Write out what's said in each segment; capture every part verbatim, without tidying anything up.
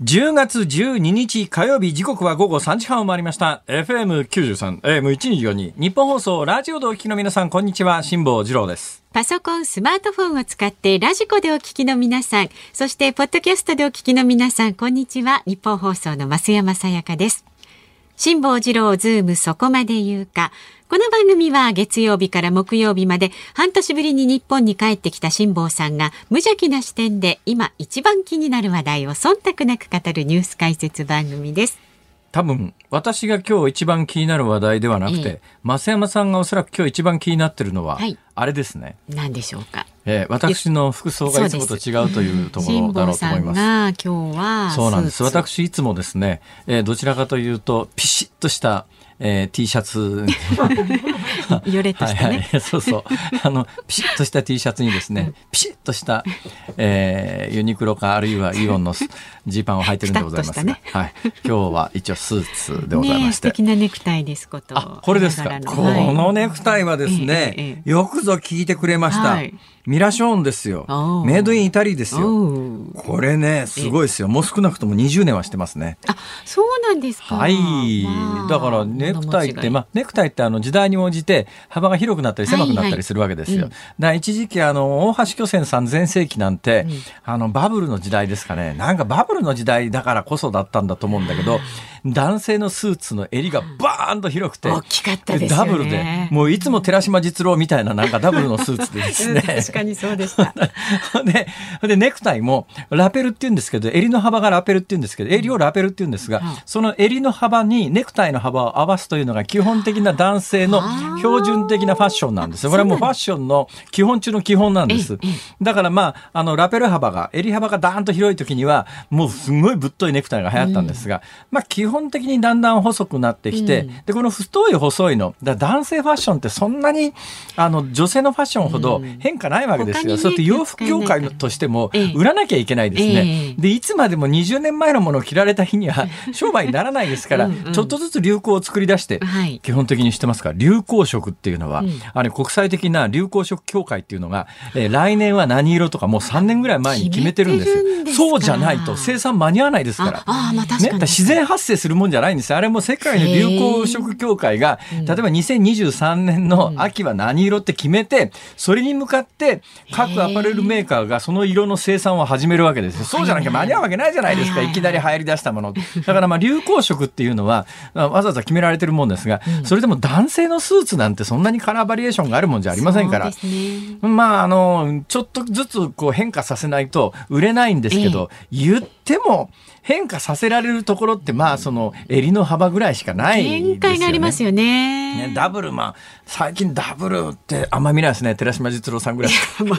じゅうがつじゅうににち火曜日、時刻は午後さんじはんを回りました。 エフエムきゅうじゅうさん エーエムせんにじゅうよん 日本放送ラジオでお聞きの皆さん、こんにちは。辛坊治郎です。 パソコン、スマートフォンを使ってラジコでお聞きの皆さん、そしてポッドキャストでお聞きの皆さん、こんにちは。日本放送の増山さやかです。辛坊治郎ズームそこまで言うか。この番組は月曜日から木曜日まで半年ぶりに日本に帰ってきた辛坊さんが無邪気な視点で今一番気になる話題を忖度なく語るニュース解説番組です。 多分私が今日一番気になる話題ではなくて、ええ、増山さんがおそらく今日一番気になっているのは、はい、あれですね。 何でしょうか。 えー、私の服装がいつもと違うというところだろうと思います。辛坊さんが今日はそうなんです。私いつもですね、えー、どちらかというとピシッとしたえー、T シャツよれとしたね、はいはい、 そうそうあのピシッとした T シャツにですね、ピシッとした、えー、ユニクロかあるいはイオンのジーパンを履いてるんでございますが、ね、はい、今日は一応スーツでございまして、 ね、素敵なネクタイですこと。 あ、これですか。このネクタイはですね、はい、よくぞ聞いてくれました、はい、ミラショーンですよ。メイドインイタリーですよ。これねすごいですよ。もう少なくともにじゅうねんはしてますね。 あ、そうなんですか。 はい、まあ、だからネクタイって、まあ、ネクタイってあの時代に応じて幅が広くなったり狭くなったりするわけですよ。はいはい、だから一時期あの大橋巨泉さん全盛期なんて、うん、あのバブルの時代ですかね。なんかバブルの時代だからこそだったんだと思うんだけど、男性のスーツの襟がバーンと広くて大きかったですよね。 ダブルでもういつも寺島実郎みたいななんかダブルのスーツでですね確かにそうでしたで, でネクタイもラペルって言うんですけど、襟の幅がラペルって言うんですけど、襟をラペルって言うんですが、うん、その襟の幅にネクタイの幅を合わすというのが基本的な男性の標準的なファッションなんですよ。これはもうファッションの基本中の基本なんです。だからまあ、あのラペル幅が襟幅がダーンと広い時にはもうすごいぶっといネクタイが流行ったんですが、うん、まあ基本的にだんだん細くなってきて、うん、でこの太い細いのだ男性ファッションってそんなにあの女性のファッションほど変化ないわけですよ。うん、そうやって洋服業界としても売らなきゃいけないですね。ええ、でいつまでもにじゅうねんまえのものを着られた日には商売にならないですからうん、うん、ちょっとずつ流行を作り出して、はい、基本的にしてますから、流行色っていうのは、うん、あれ国際的な流行色協会っていうのが、えー、来年は何色とかもうさんねんぐらい前に決めてるんですよ。そうじゃないと生産間に合わないですから。 ああ、まあ、確かに、 ね、自然発生するもんじゃないんですよ。あれも世界の流行色協会が例えばにせんにじゅうさんねんの秋は何色って決めて、それに向かって各アパレルメーカーがその色の生産を始めるわけですよ。そうじゃなきゃ間に合うわけないじゃないですか。いきなり流行り出したものだからまあ流行色っていうのはわざわざ決められてるもんですが、それでも男性のスーツなんてそんなにカラーバリエーションがあるもんじゃありませんから、ね、まああのちょっとずつこう変化させないと売れないんですけど、ええ、言っても変化させられるところってまあその襟の幅ぐらいしかないですよね。 限界がありますよ ね, ねダブル、まあ最近ダブルってあんま見ないですね。寺島実郎さんぐらい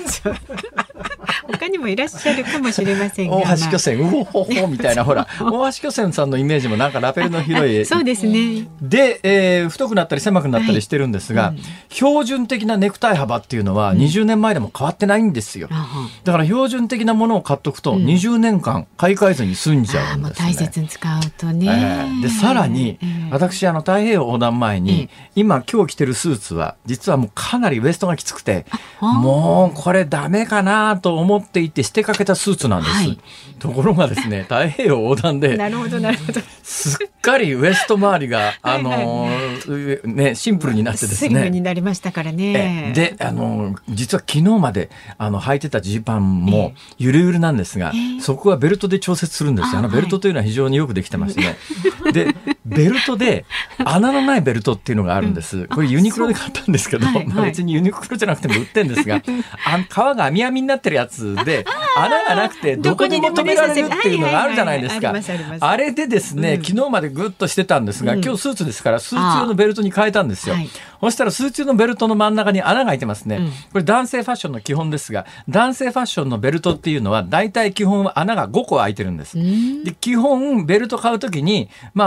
他にもいらっしゃるかもしれませんが、 大橋巨泉うほほほみたいなほら大橋巨泉さんのイメージもなんかラペルの広いそうですね。 で、えー、太くなったり狭くなったりしてるんですが、はい、うん、標準的なネクタイ幅っていうのはにじゅうねんまえでも変わってないんですよ。うん、だから標準的なものを買っとくとにじゅうねんかん買い替えずに済んじゃうんですね。 あ、もう大切に使うとね、 えー、でさらに、えー、私あの太平洋横断前に、えー、今今日着てるスーツは実はもうかなりウエストがきつくて、もうこれダメかなと思っていて捨てかけたスーツなんです。はい、ところがですね、太平洋横断でなるほどなるほどすっかりウエスト周りがあのーね、シンプルになってですね、 スリムになりましたからね。 で、あのー、実は昨日まであの履いてたジーパンもゆるゆるなんですが、えー、そこはベルトで調節するんですよ。あのベルトというのは非常によくできてましてね、はい、でベルトで穴のないベルトっていうのがあるんです。これユニクロで買ったんですけど、はいはい、まあ、別にユニクロじゃなくても売ってるんですが、あの皮が網網になってるやつで穴がなくてどこにも止められるっていうのがあるじゃないですか。あれでですね、うん、昨日までグッとしてたんですが、うん、今日スーツですからスーツ用のベルトに変えたんですよ。はい、そしたらスーツ用のベルトの真ん中に穴が開いてますね。うん、これ男性ファッションの基本ですが、男性ファッションのベルトっていうのは大体基本は穴がごこ開いてるんです。で基本ベルト買うときに、まあ私なんか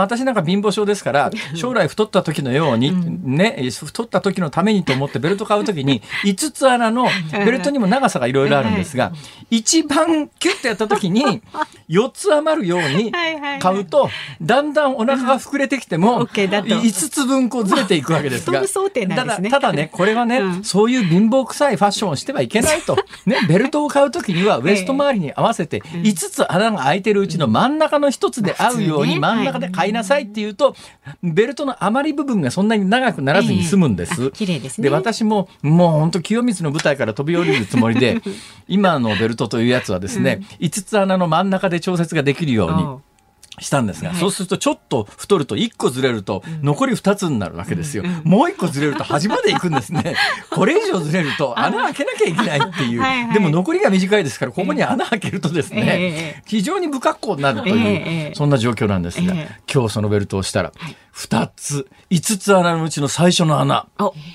貧乏症ですから将来太った時のように、うん、ね、太った時のためにと思ってベルト買う時にいつつ穴のベルトにも長さがいろいろあるんですが、一番キュッとやった時によっつ余るように買うとだんだんお腹が膨れてきてもいつつぶんこうずれていくわけですが、ただ、ただねこれはね、うん、そういう貧乏臭いファッションをしてはいけないと、ね、ベルトを買う時にはウエスト周りに合わせていつつ穴が開いてるうちの真ん中のひとつで合うように真ん中で買いなさいっていうと、ベルトの余り部分がそんなに長くならずに済むんです。 綺麗ですね。 で私ももう本当清水の舞台から飛び降りるつもりで今のベルトというやつはですね、うん、いつつ穴の真ん中で調節ができるようにしたんですが、はい、そうするとちょっと太るといっこずれると残りふたつになるわけですよ、うんうん、もういっこずれると端まで行くんですねこれ以上ずれると穴開けなきゃいけないっていうはい、はい、でも残りが短いですからここに穴開けるとですね、えー、非常に不格好になるという、えー、そんな状況なんですが、えー、今日そのベルトをしたらふたついつつ穴のうちの最初の穴、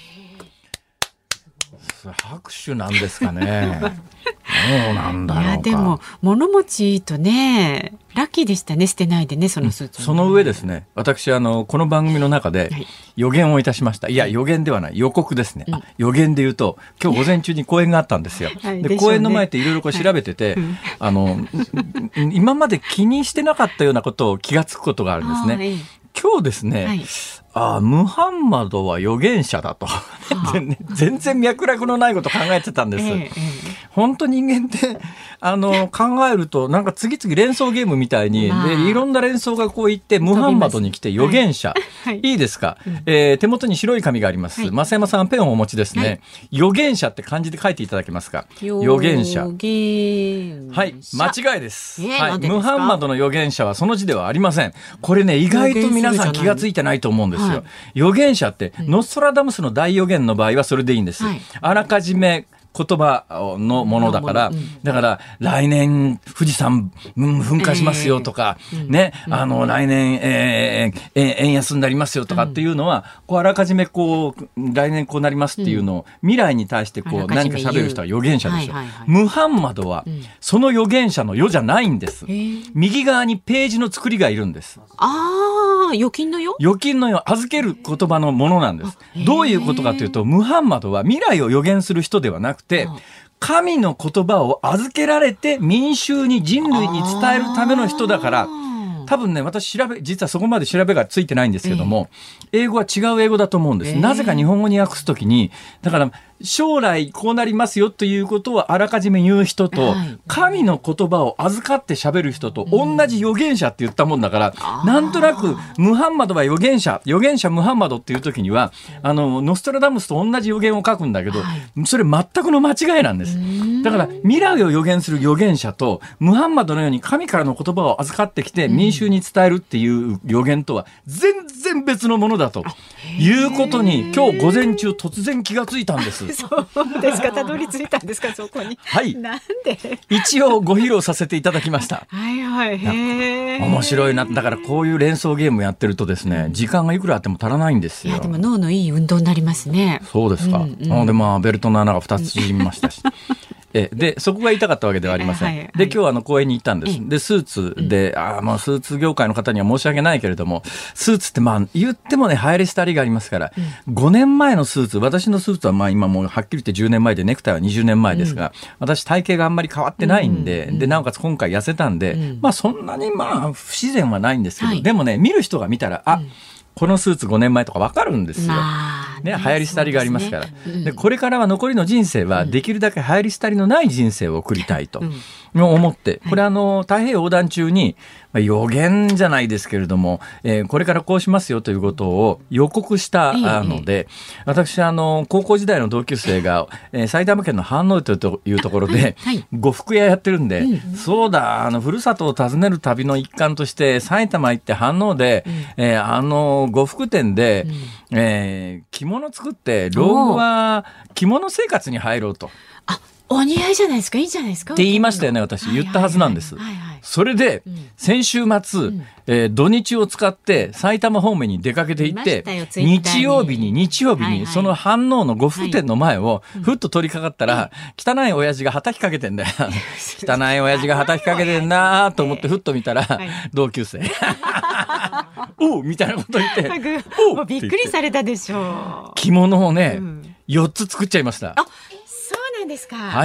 拍手なんですかねそうなんだろうか。いやでも物持ちいいとねラッキーでしたね。捨てないでねそのスーツ、 うん、その上ですね、私あのこの番組の中で予言をいたしました、はい、いや予言ではない予告ですね、うん、あ予言で言うと今日午前中に講演があったんですよ、はい、で講演の前っていろいろこう調べてて、はい、あの今まで気にしてなかったようなことを気がつくことがあるんですね、はい、今日ですね、はい、あムハンマドは預言者だと全然脈絡のないこと考えてたんです、えーえー、本当人間ってあの考えるとなんか次々連想ゲームみたいに、まあ、でいろんな連想がこういってムハンマドに来て預言者、はい、いいですか、うんえー、手元に白い紙があります、はい、増山さんペンをお持ちですね、はい、預言者って漢字で書いていただけますか。預言者はい間違いです、えーはい、ムハンマドの預言者はその字ではありません。これね意外と皆さん気がついてないと思うんですよ、はい、預言者ってノストラダムスの大預言の場合はそれでいいんです、はい、あらかじめ言葉のものだから、うん、だから来年富士山、うん、噴火しますよとか、えー、ね、うん、あの来年、えーえー、円安になりますよとかっていうのは、うん、こうあらかじめこう来年こうなりますっていうのを、うん、未来に対してこう何か喋る人は預言者ですよ、はいはいはい、ムハンマドは、うん、その預言者の世じゃないんです、えー、右側にページの作りがいるんです。 ああ預金の世預金の世預ける言葉のものなんです。どういうことかというとムハンマドは未来を予言する人ではなくて神の言葉を預けられて民衆に人類に伝えるための人だから、多分ね私調べ実はそこまで調べがついてないんですけども、えー、英語は違う英語だと思うんです、えー、なぜか日本語に訳すときにだから将来こうなりますよということをあらかじめ言う人と、はい、神の言葉を預かって喋る人と同じ預言者って言ったもんだから、うん、なんとなくムハンマドは預言者預言者ムハンマドっていう時にはあのノストラダムスと同じ予言を書くんだけど、はい、それ全くの間違いなんです。だから未来を予言する預言者とムハンマドのように神からの言葉を預かってきて民衆に伝えるっていう予言とは全然別のものだということに今日午前中突然気がついたんです。 そうですか。たどり着いたんですかそこに。 はい。 なんで一応ご披露させていただきました。 はいはい。へー。 面白いな。だからこういう連想ゲームやってるとですね、時間がいくらあっても足らないんですよ。 いやでも脳のいい運動になりますね。 そうですか。うんうん、でまあベルトの穴がふたつ縮みましたし。えでそこが痛かったわけではありません、はいはい、で今日はあの公園に行ったんです。でスーツで、うん、あまあスーツ業界の方には申し訳ないけれどもスーツってまあ言ってもね流行り廃りがありますから、うん、ごねんまえのスーツ私のスーツはまあ今もうはっきり言ってじゅうねんまえでネクタイはにじゅうねんまえですが、うん、私体型があんまり変わってないんで、うん、でなおかつ今回痩せたんで、うん、まあそんなにまあ不自然はないんですけど、はい、でもね見る人が見たらあ、うんこのスーツごねんまえとか分かるんですよ、まあね、流行り廃りがありますから、ねうん、でこれからは残りの人生はできるだけ流行り廃りのない人生を送りたいと思って、これあの太平洋横断中にまあ、予言じゃないですけれども、えー、これからこうしますよということを予告したので、私あの高校時代の同級生が、えー、埼玉県の飯能というところで呉服屋やってるんで、うん、そうだあのふるさとを訪ねる旅の一環として埼玉行って飯能で、うんえー、あの呉服店で、うんえー、着物作って老後は着物生活に入ろうと。 あお似合いじゃないですかいいじゃないですかって言いましたよね私言ったはずなんです、はいはいはいはい、それで、うん、先週末、うんえー、土日を使って埼玉方面に出かけていって日曜日に日曜日にその飯能の呉服店の前をふっと取り掛かったら、はい、汚い親父がはたきかけてんだよ汚い親父がはたきかけてんなと思ってふっと見たら、はい、同級生おうみたいなこと言って、 おもうびっくりされたでしょう。 着物をね、 うん、 よっつ作っちゃいました。 あ、そうなんですか。 はい。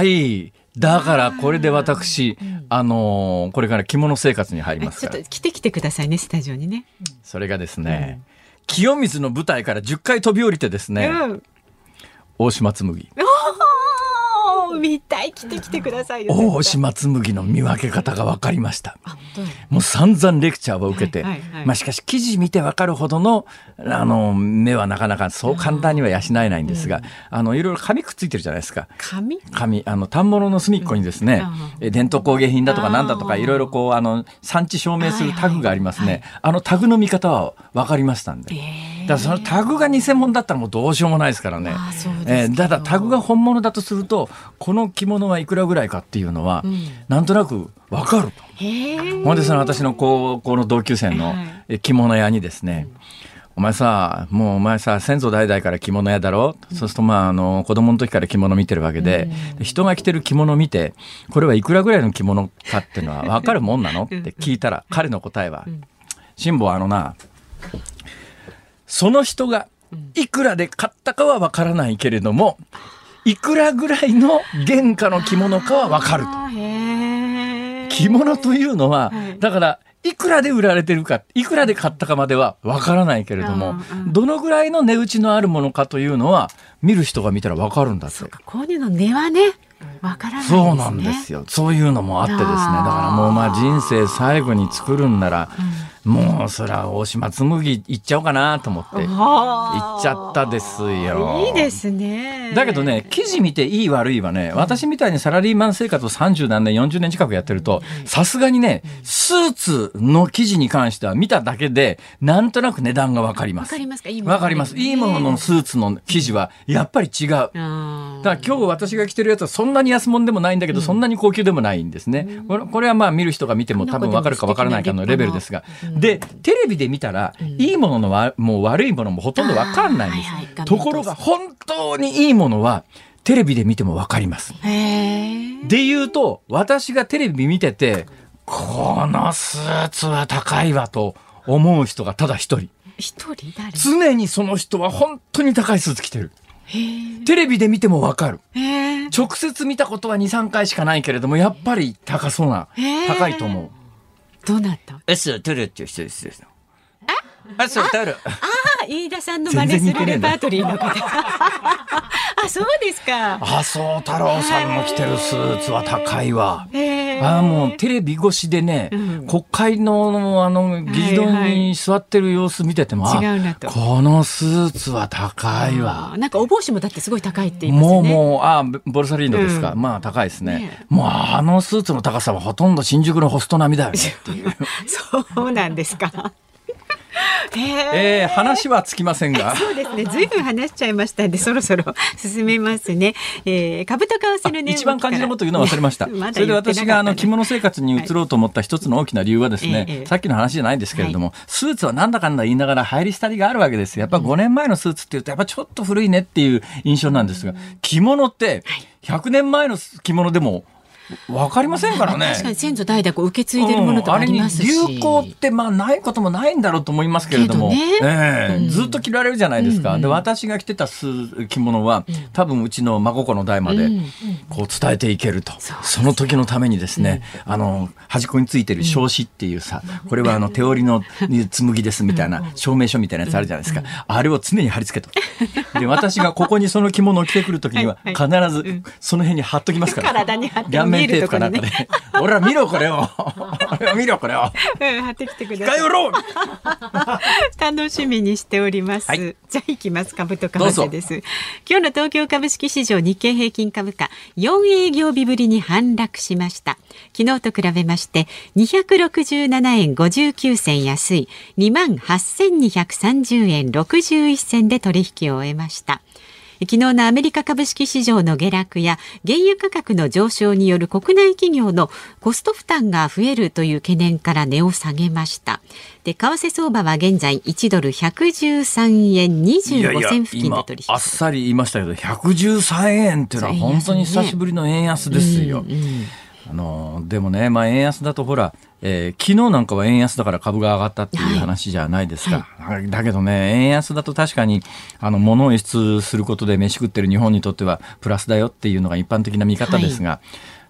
だからこれで私、あ、あのー、これから着物生活に入りますから。 ちょっと着てきてくださいね、スタジオにね。 それがですね、うん、清水の舞台からじゅっかい飛び降りてですね、うん、大島紬。 見たい、来てきてくださいよ。 大島紬の見分け方が分かりました。もう散々レクチャーを受けて、はいはいはい、まあ、しかし記事見て分かるほどのあの目はなかなかそう簡単には養えないんですが、うん、あのいろいろ紙くっついてるじゃないですか。 紙紙あの反物の隅っこにですね、うん、伝統工芸品だとかなんだとかいろいろこうあの産地証明するタグがありますね、はいはいはい、あのタグの見方は分かりましたんで、えー、だからそのタグが偽物だったらもうどうしようもないですからね。あ、そうですか。えー、ただタグが本物だとするとこの着物はいくらぐらいかっていうのは、うん、なんとなく分かると。ほんでその私の高校の同級生の着物屋にですね、うん、お前さもうお前さ先祖代々から着物屋だろ、うん、そうするとまああの子供の時から着物見てるわけで、うん、人が着てる着物見てこれはいくらぐらいの着物かっていうのは分かるもんなのって聞いたら彼の答えは、辛坊あのなその人がいくらで買ったかは分からないけれどもいくらぐらいの原価の着物かは分かると。着物というのは、はい、だからいくらで売られてるかいくらで買ったかまでは分からないけれども、うん、どのぐらいの値打ちのあるものかというのは見る人が見たら分かるんだって。 そうか、購入の値はね分からないですね。 そうなんですよ。そういうのもあってですね、だからもうまあ人生最後に作るんなら、うん、もうそりゃ大島紬いっちゃおうかなと思っていっちゃったですよ。 いいですね。 だけどね、記事見ていい悪いはね、私みたいにサラリーマン生活をさんじゅうなんねんよんじゅうねん近くやってるとさすがにねスーツの記事に関しては見ただけでなんとなく値段が分かります。 分かりますか。いいもの分かります。いいもののスーツの記事はやっぱり違う。だから今日私が着てるやつはそんなに安物でもないんだけど、うん、そんなに高級でもないんですね、うん、これ、これはまあ見る人が見ても多分分かるか分からないかのレベルですが、うん、でテレビで見たら、うん、いいもののわもう悪いものもほとんど分かんないんです、はいはい、ところが本当にいいものはテレビで見ても分かります。へで言うと私がテレビ見ててこのスーツは高いわと思う人がただ一人。 一人誰？ 常にその人は本当に高いスーツ着てる。テレビで見ても分かる。直接見たことは にさんかいしかないけれどもやっぱり高そうな高いと思う。 どうなった？ エストゥルっていう人ですよ。エストゥル。 ああ、飯田さんの真似するレパートリーの方。あ、そうですか。 麻生太郎さんの着てるスーツは高いわ。あ、もうテレビ越しでね、うん、国会のあの議事堂に座ってる様子見てても、はいはい、違うなと。このスーツは高いわ。 なんかお帽子もだってすごい高いって言いますよね。 もうもうあボルサリーノですか、うん、まあ高いですね。ね、もうあのスーツの高さはほとんど新宿のホスト並みだよねっていう。 そうなんですか。 えー、話はつきませんがそうですね、ずいぶん話しちゃいましたんでそろそろ進めますね。えー、株と為替の値動き一番肝心なこと言うの忘れました、ま、それで私があの着物生活に移ろうと思った一つの大きな理由はですね、はい、さっきの話じゃないんですけれども、はい、スーツはなんだかんだ言いながら入り廃りがあるわけですよ。やっぱごねんまえのスーツっていうとやっぱちょっと古いねっていう印象なんですが、着物ってひゃくねんまえの着物でもわかりませんからね。 確かに先祖代々こう受け継いでるものとかありますし、 うん、あれに流行ってまあないこともないんだろうと思いますけれども、 ねえーうん、 ずっと着られるじゃないですか、うんうん、で私が着てた着物は、うん、多分うちの孫子の代までこう伝えていけると、うんうん、その時のためにですね、うん、あの端っこについてる証紙っていうさ、これはあの手織りの紬ですみたいな証明書みたいなやつあるじゃないですか、あれを常に貼り付けとで私がここにその着物を着てくる時には必ずその辺に貼っときますから、 体に貼って顔面テープかなんかで俺ら見ろこれを俺は見ろこれを、 うん、貼ってきてください。楽しみにしております、はい、じゃあ行きます。株と為替です。今日の東京株式市場日経平均株価よん営業日ぶりに反落しました。昨日と比べましてにひゃくろくじゅうななえんごじゅうきゅうせん安い にまんはっせんにひゃくさんじゅうえんろくじゅういっせんで取引を終えました。昨日のアメリカ株式市場の下落や原油価格の上昇による国内企業のコスト負担が増えるという懸念から値を下げました。で、為替相場は現在いちドルひゃくじゅうさんえんにじゅうごせん付近で取引。 あっさり言いましたけどひゃくじゅうさんえんっていうのは本当に久しぶりの円安ですよ。うんうん、あのでもね、まあ、円安だとほらえー、昨日なんかは円安だから株が上がったっていう話じゃないですか、はいはい、だけどね、円安だと確かにあの物を輸出することで飯食ってる日本にとってはプラスだよっていうのが一般的な見方ですが、はい、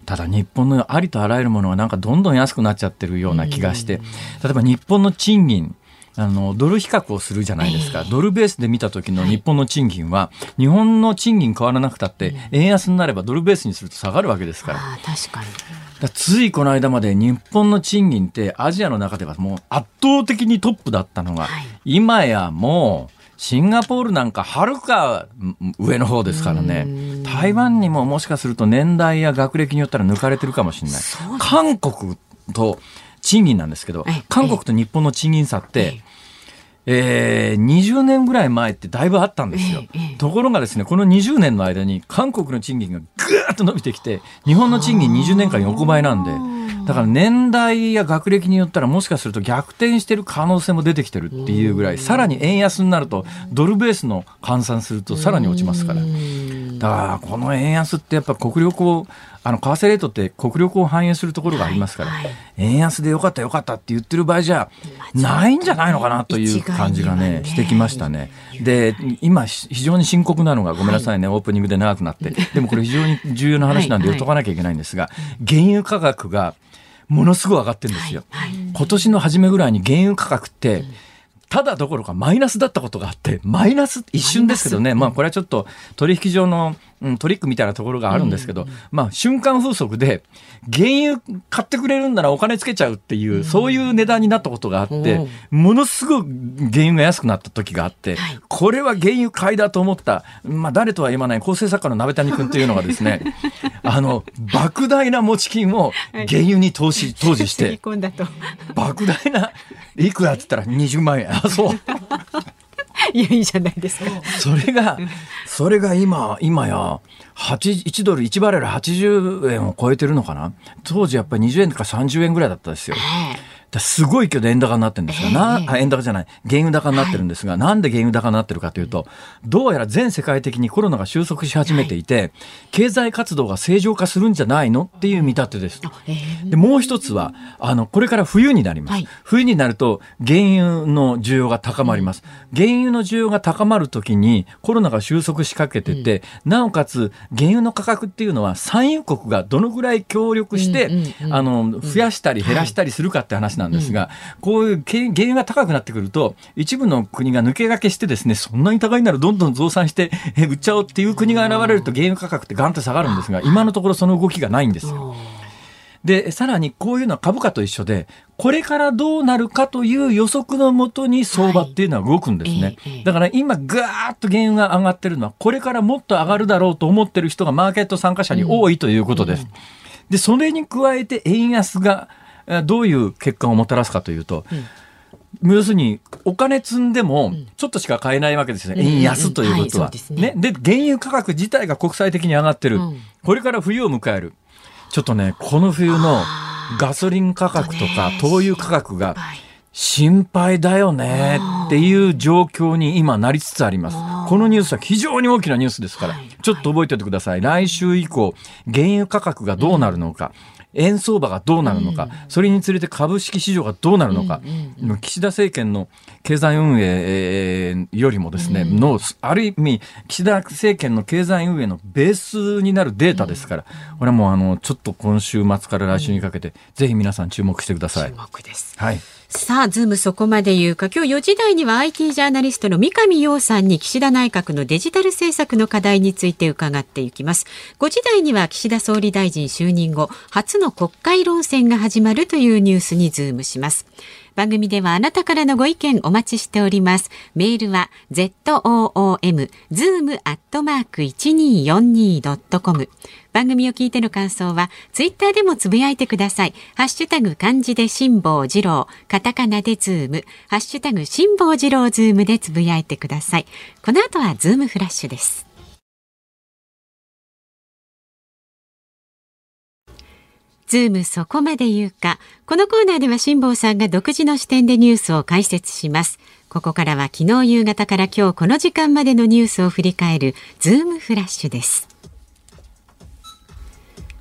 ただ日本のありとあらゆるものはなんかどんどん安くなっちゃってるような気がして、例えば日本の賃金、あのドル比較をするじゃないですか、えー、ドルベースで見た時の日本の賃金は、はい、日本の賃金変わらなくたって円安になればドルベースにすると下がるわけですから。 あ、確かに。 だついこの間まで日本の賃金ってアジアの中ではもう圧倒的にトップだったのが、はい、今やもうシンガポールなんかはるか上の方ですからね。台湾にももしかすると年代や学歴によったら抜かれてるかもしれない。韓国と賃金なんですけど、韓国と日本の賃金差って、えー、にじゅうねんぐらい前ってだいぶあったんですよ。ところがですね、このにじゅうねんの間に韓国の賃金がぐーっと伸びてきて、日本の賃金にじゅうねんかん横ばいなんで、だから年代や学歴によったらもしかすると逆転してる可能性も出てきてるっていうぐらい、さらに円安になるとドルベースの換算するとさらに落ちますから。だからこの円安ってやっぱ国力を、あの為替レートって国力を反映するところがありますから、はいはい、円安でよかったよかったって言ってる場合じゃないんじゃないのかなという感じがねしてきましたね。で今非常に深刻なのが、ごめんなさいね、はい、オープニングで長くなってでもこれ非常に重要な話なんで言っとかなきゃいけないんですが、原油価格がものすごい上がってるんですよ、はいはい、今年の初めぐらいに原油価格って、うん、ただどころかマイナスだったことがあって、マイナス一瞬ですけどね、まあこれはちょっと取引上の、うん、トリックみたいなところがあるんですけど、うんうん、まあ瞬間風速で原油買ってくれるんならお金つけちゃうっていう、うん、そういう値段になったことがあって、うん、ものすごく原油が安くなった時があって、はい、これは原油買いだと思った、まあ誰とは言わない構成作家の鍋谷君っていうのがですねあの莫大な持ち金を原油に投資、投じして莫大ないくらって言ったらにじゅうまんえん、あ、そういや、いいじゃないですか。 それがそれが今今やいちドルいちバレルはちじゅうえんを超えてるのかな。当時やっぱりにじゅうえんとかさんじゅうえんぐらいだったんですよ。だすごいけど円高になってるんですが、な、えー、円高じゃない原油高になってるんですが、はい、なんで原油高になってるかというと、どうやら全世界的にコロナが収束し始めていて、はい、経済活動が正常化するんじゃないのっていう見立てです。えー、でもう一つはあのこれから冬になります、はい、冬になると原油の需要が高まります、うん、原油の需要が高まるときにコロナが収束しかけてて、うん、なおかつ原油の価格っていうのは産油国がどのぐらい協力して、うんうんうん、あの増やしたり減らしたりするかって話なんですが、はい、こういう原油が高くなってくると一部の国が抜け駆けしてですね、そんなに高いならどんどん増産してえ売っちゃおうっていう国が現れると原油価格ってガンと下がるんですが、今のところその動きがないんですよ。でさらにこういうのは株価と一緒で、これからどうなるかという予測のもとに相場っていうのは動くんですね、はい、だから今ぐーっと原油が上がってるのはこれからもっと上がるだろうと思ってる人がマーケット参加者に多いということです、うんうん、でそれに加えて円安がどういう結果をもたらすかというと、うん、要するにお金積んでもちょっとしか買えないわけですよね、うん、円安ということは、うんうんはい、ね、で原油価格自体が国際的に上がってる、うん、これから冬を迎える。ちょっとね、この冬のガソリン価格とか灯油価格が心配だよねっていう状況に今なりつつあります。このニュースは非常に大きなニュースですから、ちょっと覚えておいてください。来週以降原油価格がどうなるのか、円相場がどうなるのか、うん、それにつれて株式市場がどうなるのか、うんうん、岸田政権の経済運営よりもですね、うん、のある意味岸田政権の経済運営のベースになるデータですから、うん、これはもうあのちょっと今週末から来週にかけて、うん、ぜひ皆さん注目してください。 注目です、 はい。 さあズームそこまで言うか。今日よじ台には アイティー ジャーナリストの三上洋さんに岸田内閣のデジタル政策の課題について伺っていきます。ごじ台には岸田総理大臣就任後初の国会論戦が始まるというニュースにズームします。番組ではあなたからのご意見お待ちしております。メールは ズーム ズーム アットマーク いちにーよんにー ドットコム。番組を聞いての感想はツイッターでもつぶやいてください。ハッシュタグ漢字で辛坊治郎、カタカナでズーム、ハッシュタグ辛坊治郎ズームでつぶやいてください。この後はズームフラッシュです。ズームそこまで言うか。このコーナーでは辛坊さんが独自の視点でニュースを解説します。ここからは昨日夕方から今日この時間までのニュースを振り返るズームフラッシュです。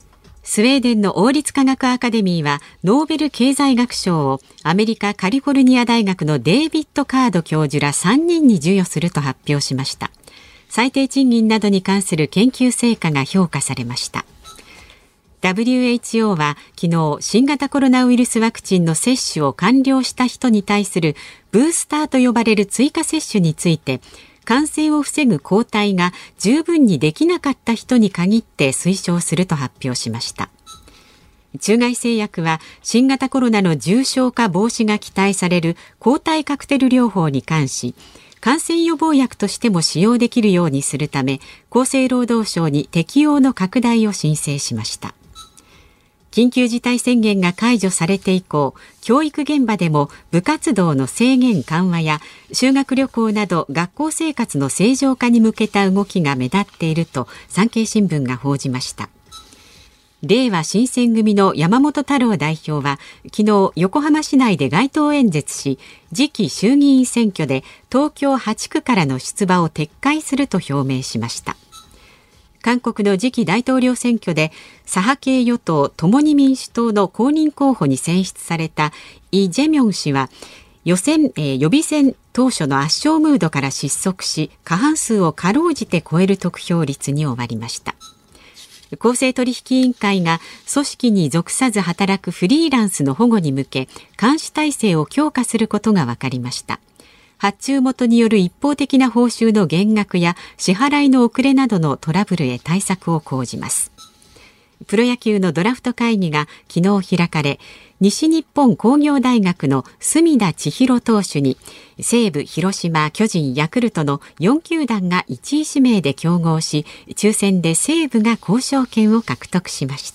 スウェーデンの王立科学アカデミーはノーベル経済学賞をアメリカカリフォルニア大学のデイビッド・カード教授らさんにんに授与すると発表しました。最低賃金などに関する研究成果が評価されました。ダブリューエイチオー は昨日新型コロナウイルスワクチンの接種を完了した人に対するブースターと呼ばれる追加接種について感染を防ぐ抗体が十分にできなかった人に限って推奨すると発表しました。中外製薬は新型コロナの重症化防止が期待される抗体カクテル療法に関し、感染予防薬としても使用できるようにするため、厚生労働省に適用の拡大を申請しました。緊急事態宣言が解除されて以降、教育現場でも部活動の制限緩和や修学旅行など学校生活の正常化に向けた動きが目立っていると産経新聞が報じました。れいわ新選組の山本太郎代表は昨日横浜市内で街頭演説し、次期衆議院選挙で東京はちくからの出馬を撤回すると表明しました。韓国の次期大統領選挙で左派系与党共に民主党の公認候補に選出されたイ・ジェミョン氏は予選、えー、予備選当初の圧勝ムードから失速し、過半数をかろうじて超える得票率に終わりました。公正取引委員会が組織に属さず働くフリーランスの保護に向け監視体制を強化することが分かりました。発注元による一方的な報酬の減額や支払いの遅れなどのトラブルへ対策を講じます。プロ野球のドラフト会議が昨日開かれ、西日本工業大学の隅田知一郎投手に西武、広島、巨人、ヤクルトのよん球団がいちい指名で競合し、抽選で西武が交渉権を獲得しました。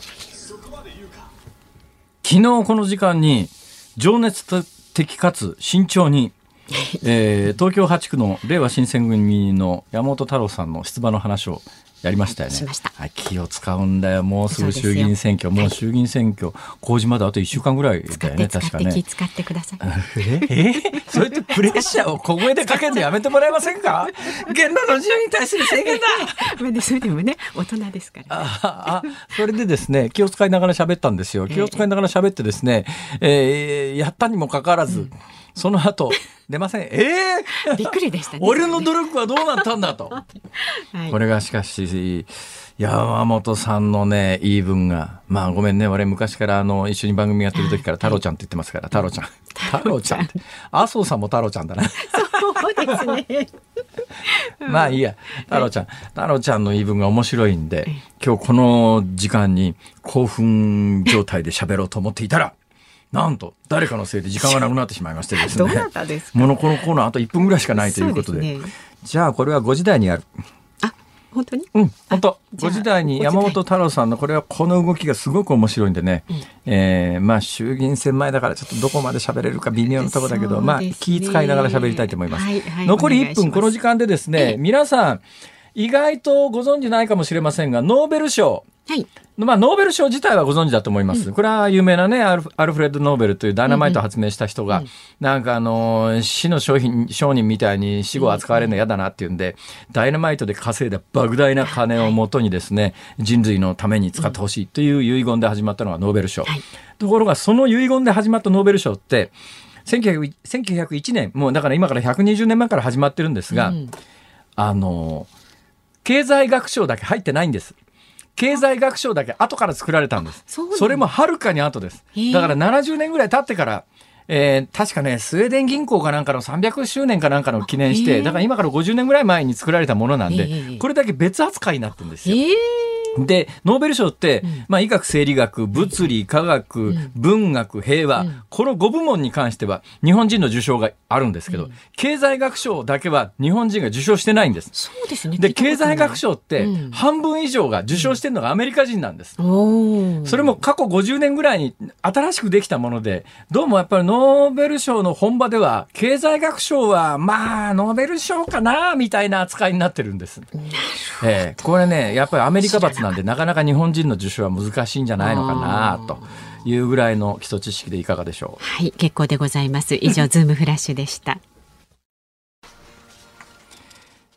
昨日この時間に情熱的かつ慎重にえー、東京はち区のれいわ新選組の山本太郎さんの出馬の話をやりましたよね。 しました。 はい、気を使うんだよ。もうすぐ衆議院選挙、もう衆議院選挙、公示まであといっしゅうかんぐらいだよね。 使って確かね。 気使ってください。 ええそれってプレッシャーを小声でかけるのやめてもらえませんか？言論の自由に対する制限だ。 それでもね、大人ですから、ね。 ああ、それでですね、気を使いながら喋ったんですよ。気を使いながら喋ってですね、えー、やったにもかかわらず、うん、その後出ません。えー、びっくりでしたね。 俺の努力はどうなったんだと。はい、これがしかし山本さんのね言い分が、まあごめんね、俺昔からあの一緒に番組やってる時から太郎ちゃんって言ってますから、太郎ちゃん太郎ちゃんって麻生さんも太郎ちゃんだな。 そうですね。 まあいいや、太郎ちゃん、太郎ちゃんの言い分が面白いんで、今日この時間に興奮状態で喋ろうと思っていたら、なんと誰かのせいで時間がなくなってしまいましてですね。 どなたですか？ もうこのコーナーあといっぷんぐらいしかないということ で, で、ね、じゃあこれはごじ台にやる。 あ、本当に？ うん、本当。ごじ台に山本太郎さんのこれはこの動きがすごく面白いんでね、うん、えー、まあ衆議院選前だからちょっとどこまで喋れるか微妙なところだけど、ね、まあ気遣いながら喋りたいと思います。はいはい、残りいっぷんこの時間でですね、皆さん意外とご存じないかもしれませんが、ノーベル賞。はい。まあ、ノーベル賞自体はご存知だと思います。うん、これは有名なね、アルフ、アルフレッド・ノーベルというダイナマイトを発明した人が、うんうん、なんかあの、死の商品、商人みたいに死後扱われるの嫌だなっていうんで、うん、ダイナマイトで稼いだ莫大な金をもとにですね、人類のために使ってほしいという遺言で始まったのがノーベル賞。はい、ところが、その遺言で始まったノーベル賞って、せんきゅうひゃくいちねん、もうだから今からひゃくにじゅうねんまえから始まってるんですが、うん、あの、経済学賞だけ入ってないんです。経済学賞だけ後から作られたんです。 そ, それもはるかに後です。だからななじゅうねんぐらい経ってから、えー、確かねスウェーデン銀行かなんかのさんびゃくしゅうねんかなんかの記念して、だから今からごじゅうねんぐらい前に作られたものなんで、これだけ別扱いになってるんですよ。でノーベル賞って、うんまあ、医学生理学物理科学、うん、文学平和、うん、このご部門に関しては日本人の受賞があるんですけど、うん、経済学賞だけは日本人が受賞してないんです。 そうですね。 で経済学賞って半分以上が受賞してるのがアメリカ人なんです、うん、それも過去ごじゅうねんぐらいに新しくできたもので、どうもやっぱりノーベル賞の本場では経済学賞はまあノーベル賞かなみたいな扱いになってるんです。えー、これねやっぱりアメリカ罰なんでなかなか日本人の受賞は難しいんじゃないのかなというぐらいの基礎知識でいかがでしょう。 はい、結構でございます。以上ズームフラッシュでした。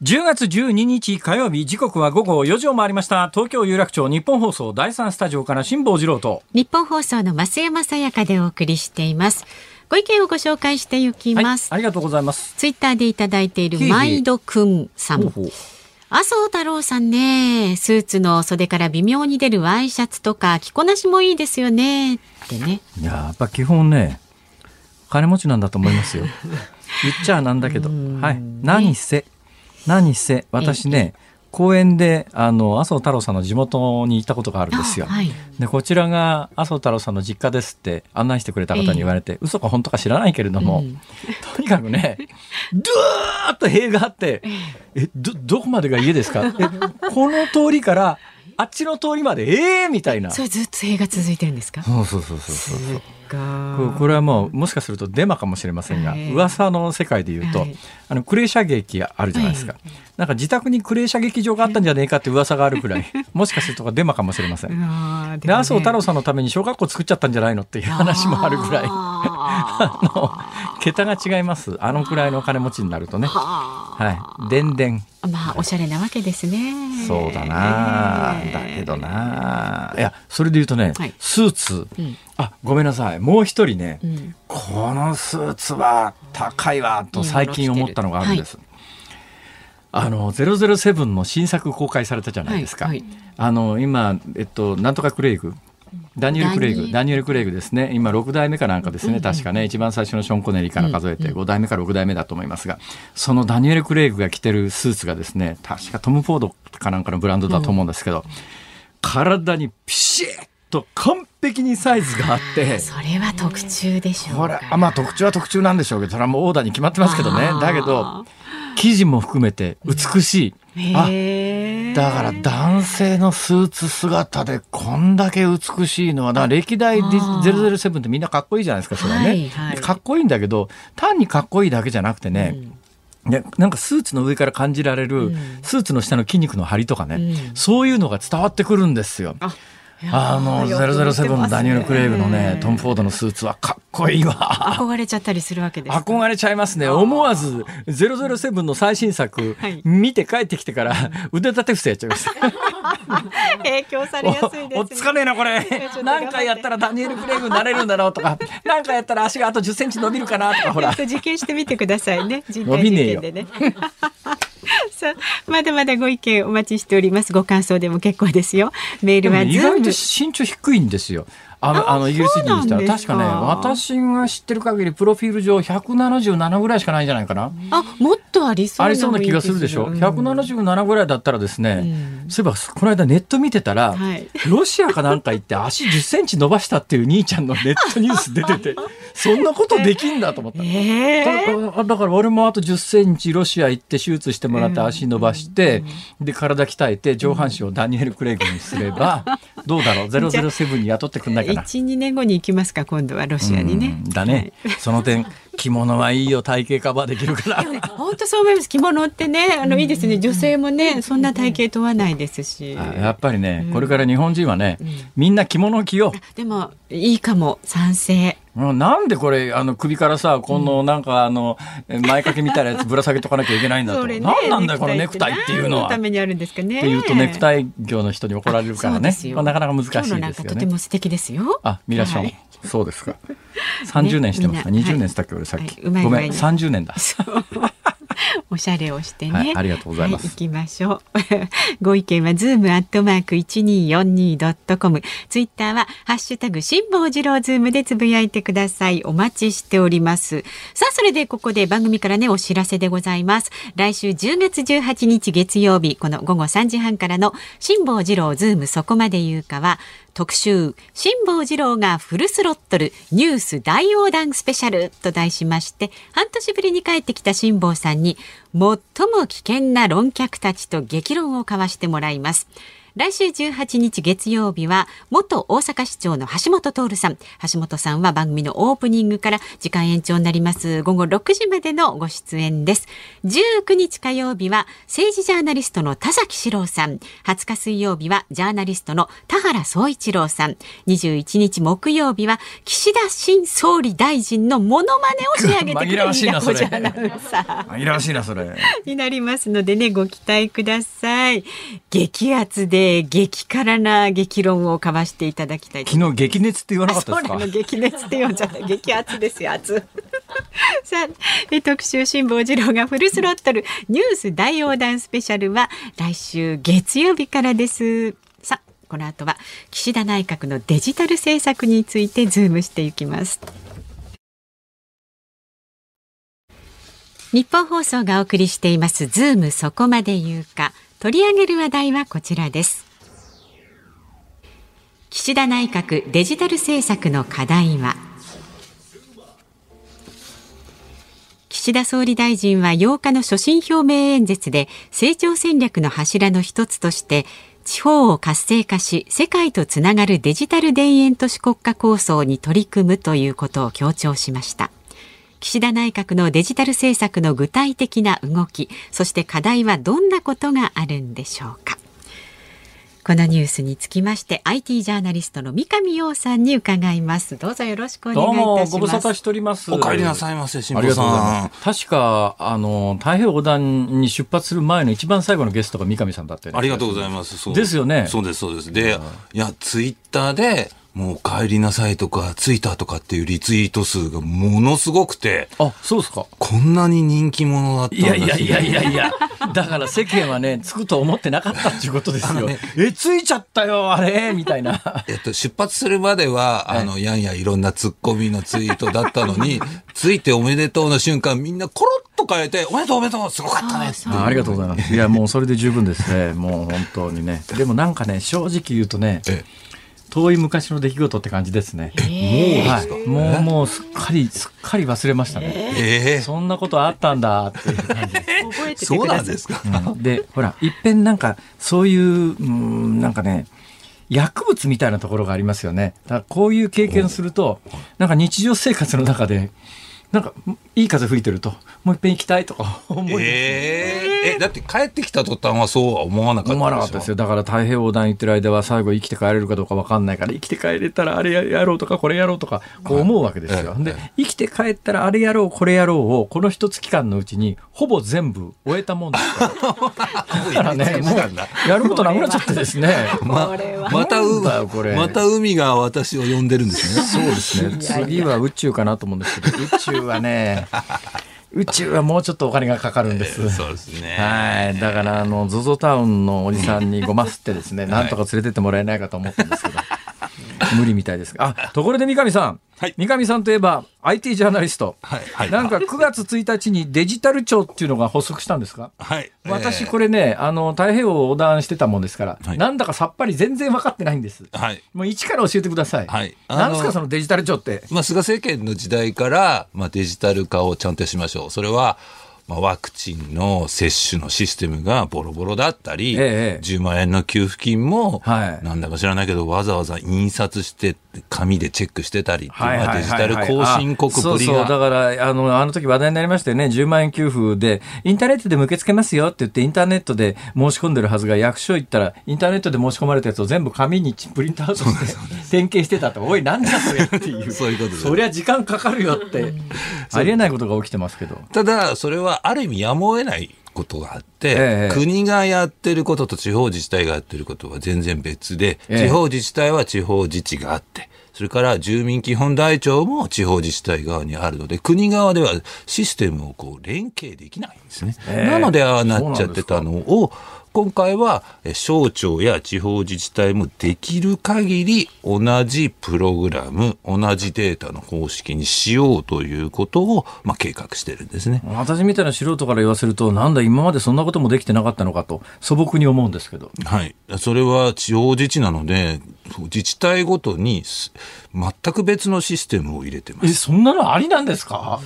じゅうがつじゅうににち火曜日、時刻は午後よじを回りました。東京有楽町日本放送だいさんスタジオから辛坊治郎と日本放送の増山さやかでお送りしています。ご意見をご紹介していきます、 はい、ありがとうございます。 ツイッターでいただいているまいどくんさん、ほうほう、麻生太郎さんね、スーツの袖から微妙に出るワイシャツとか着こなしもいいですよねってね。 いや、やっぱ基本ね、金持ちなんだと思いますよ。言っちゃなんだけど、はい、何せ何せ私ね、公園であの麻生太郎さんの地元に行ったことがあるんですよ、はい、でこちらが麻生太郎さんの実家ですって案内してくれた方に言われて、えー、嘘か本当か知らないけれども、うん、とにかくねドゥーッと塀があって、え ど, どこまでが家ですか、えこの通りからあっちの通りまでえーみたいな。 それずっと塀が続いてるんですか。 そうそうそうそうそう。これはもうもしかするとデマかもしれませんが、はい、噂の世界でいうと、はい、あのクレー射撃あるじゃないですか、はい、なんか自宅にクレー射撃場があったんじゃねえかって噂があるくらいもしかするとデマかもしれません。あで、ね、麻生太郎さんのために小学校作っちゃったんじゃないのっていう話もあるぐらいあの桁が違います。あのくらいの金持ちになるとね、はい、でんでん、 まあおしゃれなわけですね。 そうだな、えー、だけどな、いやそれで言うとね、はい、スーツ、うん、あごめんなさい、もう一人ね、うん、このスーツは高いわと最近思ったのがあるんです、はい、あのゼロゼロセブンの新作公開されたじゃないですか、はいはい、あの今、えっと、なんとかクレイグダニエル・クレイグダニエル・クレイグですね。今ろくだいめかなんかですね、確かね、一番最初のショーン・コネリーから数えてごだいめかろくだいめだと思いますが、そのダニエル・クレイグが着てるスーツがですね、確かトム・フォードかなんかのブランドだと思うんですけど、体にピシッと完璧にサイズがあって、 それは特注でしょうか。 これあ、まあ、特注は特注なんでしょうけど、それはもうオーダーに決まってますけどね。だけど生地も含めて美しい、うん、あだから男性のスーツ姿でこんだけ美しいのは、だから歴代ゼロゼロセブンってみんなかっこいいじゃないですか、それはね、はいはい、かっこいいんだけど単にかっこいいだけじゃなくてね、うん、でなんかスーツの上から感じられる、うん、スーツの下の筋肉の張りとかね、うん、そういうのが伝わってくるんですよ。ああのゼロゼロセブンのダニエル・クレイグのね、トム・フォードのスーツはかっこいいわ。 憧れちゃったりするわけですか。 憧れちゃいますね。思わずゼロゼロセブンの最新作、はい、見て帰ってきてから腕立て伏せやっちゃいました影響されやすいですね。 おっつかねえなこれ何回やったらダニエル・クレイグになれるんだろうとか何回やったら足があとじゅっセンチ伸びるかなとかほら実験してみてくださいね。人体実験でねさあまだまだご意見お待ちしております。ご感想でも結構ですよ。メールは意外と身長低いんですよ。あの、あのイギリス人にしたら確かね、私が知ってる限りプロフィール上ひゃくななじゅうななぐらいしかないんじゃないかな。 あ、もっとありそうなありそうな気がするでしょ、うん、ひゃくななじゅうななぐらいだったらですね、うん、そういえばこの間ネット見てたら、はい、ロシアかなんか行って足じゅっセンチ伸ばしたっていう兄ちゃんのネットニュース出ててそんなことできんだと思った、えー、だから、だから俺もあとじゅっセンチロシア行って手術してもらって足伸ばして、うん、で体鍛えて上半身をダニエル・クレイグにすれば、うん、どうだろうゼロゼロセブンに雇ってくんないかな。 いちにねんごに行きますか今度はロシアにね。 だね、はい、その点着物はいいよ、体型カバーできるから本当そう思います。着物ってね、あのいいですね。女性もねそんな体型問わないですし、 あやっぱりね、うん、これから日本人はね、うん、みんな着物を着よう。 でもいいかも、賛成。 なんでこれあの首からさこのなんかあの前掛けみたいなやつぶら下げとかなきゃいけないんだと、ね、何なんだよこのネクタイっていうのは。 何のためにあるんですかね。 っていうとネクタイ業の人に怒られるからね、まあ、なかなか難しいですよね。今日のなんかとても素敵ですよ。 あミラション、はい、そうですか。さんじゅうねんしてますか、ね、にじゅうねんしたっけ、はい、俺さっき、はい、ごめんさんじゅうねんだおしゃれをしてね、 はい、ありがとうございます、 はい、行きましょうご意見はズームアットマーク いちにーよんにードットコム、 ツイッターはハッシュタグ辛坊治郎ズームでつぶやいてください。お待ちしております。さあそれでここで番組からねお知らせでございます。来週じゅうがつじゅうはちにち月曜日、この午後さんじはんからの辛坊治郎ズームそこまで言うかは特集辛坊治郎がフルスロットルニュース大横断スペシャルと題しまして、半年ぶりに帰ってきた辛坊さんに最も危険な論客たちと激論を交わしてもらいます。 来週じゅうはちにち月曜日は元大阪市長の橋本徹さん。橋本さんは番組のオープニングから時間延長になりますごごろくじまでのご出演です。じゅうくにち火曜日は政治ジャーナリストの田崎史郎さん。はつか水曜日はジャーナリストの田原総一郎さん。にじゅういちにち木曜日は岸田新総理大臣のモノマネを仕上げてくれる紛らわしいなそれ。 アナウンサー紛らわしいなそれになりますのでね、ご期待ください。激アツで激辛な激論を交わしていただきたい。 昨日激熱って言わなかったですか？ そうなの、激熱って言うんじゃない、激アツですよ、熱さあ、え特集辛坊治郎がフルスロットルニュース大横断スペシャルは来週月曜日からです。さあ、この後は岸田内閣のデジタル政策についてズームしていきます。日本放送がお送りしていますズームそこまで言うか。取り上げる話題はこちらです。岸田内閣デジタル政策の課題は。岸田総理大臣はようかの所信表明演説で成長戦略の柱の一つとして地方を活性化し世界とつながるデジタル田園都市国家構想に取り組むということを強調しました。岸田内閣のデジタル政策の具体的な動き、そして課題はどんなことがあるんでしょうか。このニュースにつきまして アイティー ジャーナリストの三上洋さんに伺います。どうぞよろしくお願いいたします。 どうもご無沙汰しております。 お帰りなさいませ、辛坊さん。 確かあの太平洋横断に出発する前の一番最後のゲストが三上さんだったよね。 ありがとうございます。そうですよね。 そうですそうです。で、いやツイッターでもうお帰りなさいとかツイッターとかっていうリツイート数がものすごくて、 あ、そうですか。 こんなに人気者だったんですね。 いやいやいやいやいやだから世間はねつくと思ってなかったっていうことですよ、ね、えついちゃったよあれみたいなえっと、出発するまではあのやんやいろんなツッコミのツイートだったのについておめでとうの瞬間みんなコロッと変えておめでとうおめでとうすごかったねって。 あ, ありがとうございます。いやもうそれで十分ですね。もう本当にね。でもなんかね正直言うとねえ遠い昔の出来事って感じですね。 もうですか、 はい、もうもうすっかりすっかり忘れましたね。 えー、 そんなことあったんだっていう感じ。 覚えててください。 そうなんですか、 うん、でほらいっぺんなんかそういう、うん、なんかね薬物みたいなところがありますよね。だからこういう経験するとなんか日常生活の中でなんかいい風吹いてるともう一遍行きたいとか思います、ね。 えーえだって帰ってきた途端はそうは思わなかったでしょ。 思わなかったですよ。だから太平洋横断行ってる間は最後生きて帰れるかどうか分かんないから生きて帰れたらあれやろうとかこれやろうとかこう思うわけですよ。で生きて帰ったらあれやろうこれやろうをこの一月間のうちにほぼ全部終えたもんですからだからねもうやることなくなっちゃってですねま, またうまた海が私を呼んでるんですね。 そうですね。次は宇宙かなと思うんですけど宇宙はね宇宙はもうちょっとお金がかかるんです、 えー、そうですね。 はい、だからあの ゾゾ タウンのおじさんにごますってですねなんとか連れてってもらえないかと思ったんですけど、はい、無理みたいですが。あ、ところで三上さん、はい、三上さんといえば アイティー ジャーナリスト、はいはい、なんかくがつついたちにデジタル庁っていうのが発足したんですか？はい、私これねあの太平洋横断してたもんですから、はい、なんだかさっぱり全然分かってないんです、はい、もう一から教えてください、はい、なんですかそのデジタル庁って。 まあ、菅政権の時代から、まあ、デジタル化をちゃんとしましょう。それはまあ、ワクチンの接種のシステムがボロボロだったり、ええ、じゅうまんえんの給付金も、はい、なんだか知らないけどわざわざ印刷して紙でチェックしてたりっていう、はいはいはいはい、デジタル更新国ぶりが。 そうそうだからあのあの時話題になりましたよね。じゅうまんえん給付でインターネットでも受け付けますよって言ってインターネットで申し込んでるはずが役所行ったらインターネットで申し込まれたやつを全部紙にプリントアウトして点検してたと。おいなんだそれっていうそういうことです。 そりゃ時間かかるよってありえないことが起きてますけど。 ただそれはある意味やむを得ないことがあって、ええ、国がやってることと地方自治体がやってることは全然別で、ええ、地方自治体は地方自治があってそれから住民基本台帳も地方自治体側にあるので国側ではシステムをこう連携できないんですね、ええ、なのでああなっちゃってたのを今回は省庁や地方自治体もできる限り同じプログラム同じデータの方式にしようということを、まあ、計画してるんですね。 私みたいな素人から言わせるとなんだ今までそんなこともできてなかったのかと素朴に思うんですけど。 はい、それは地方自治なので自治体ごとに全く別のシステムを入れてます。 えそんなのありなんですか？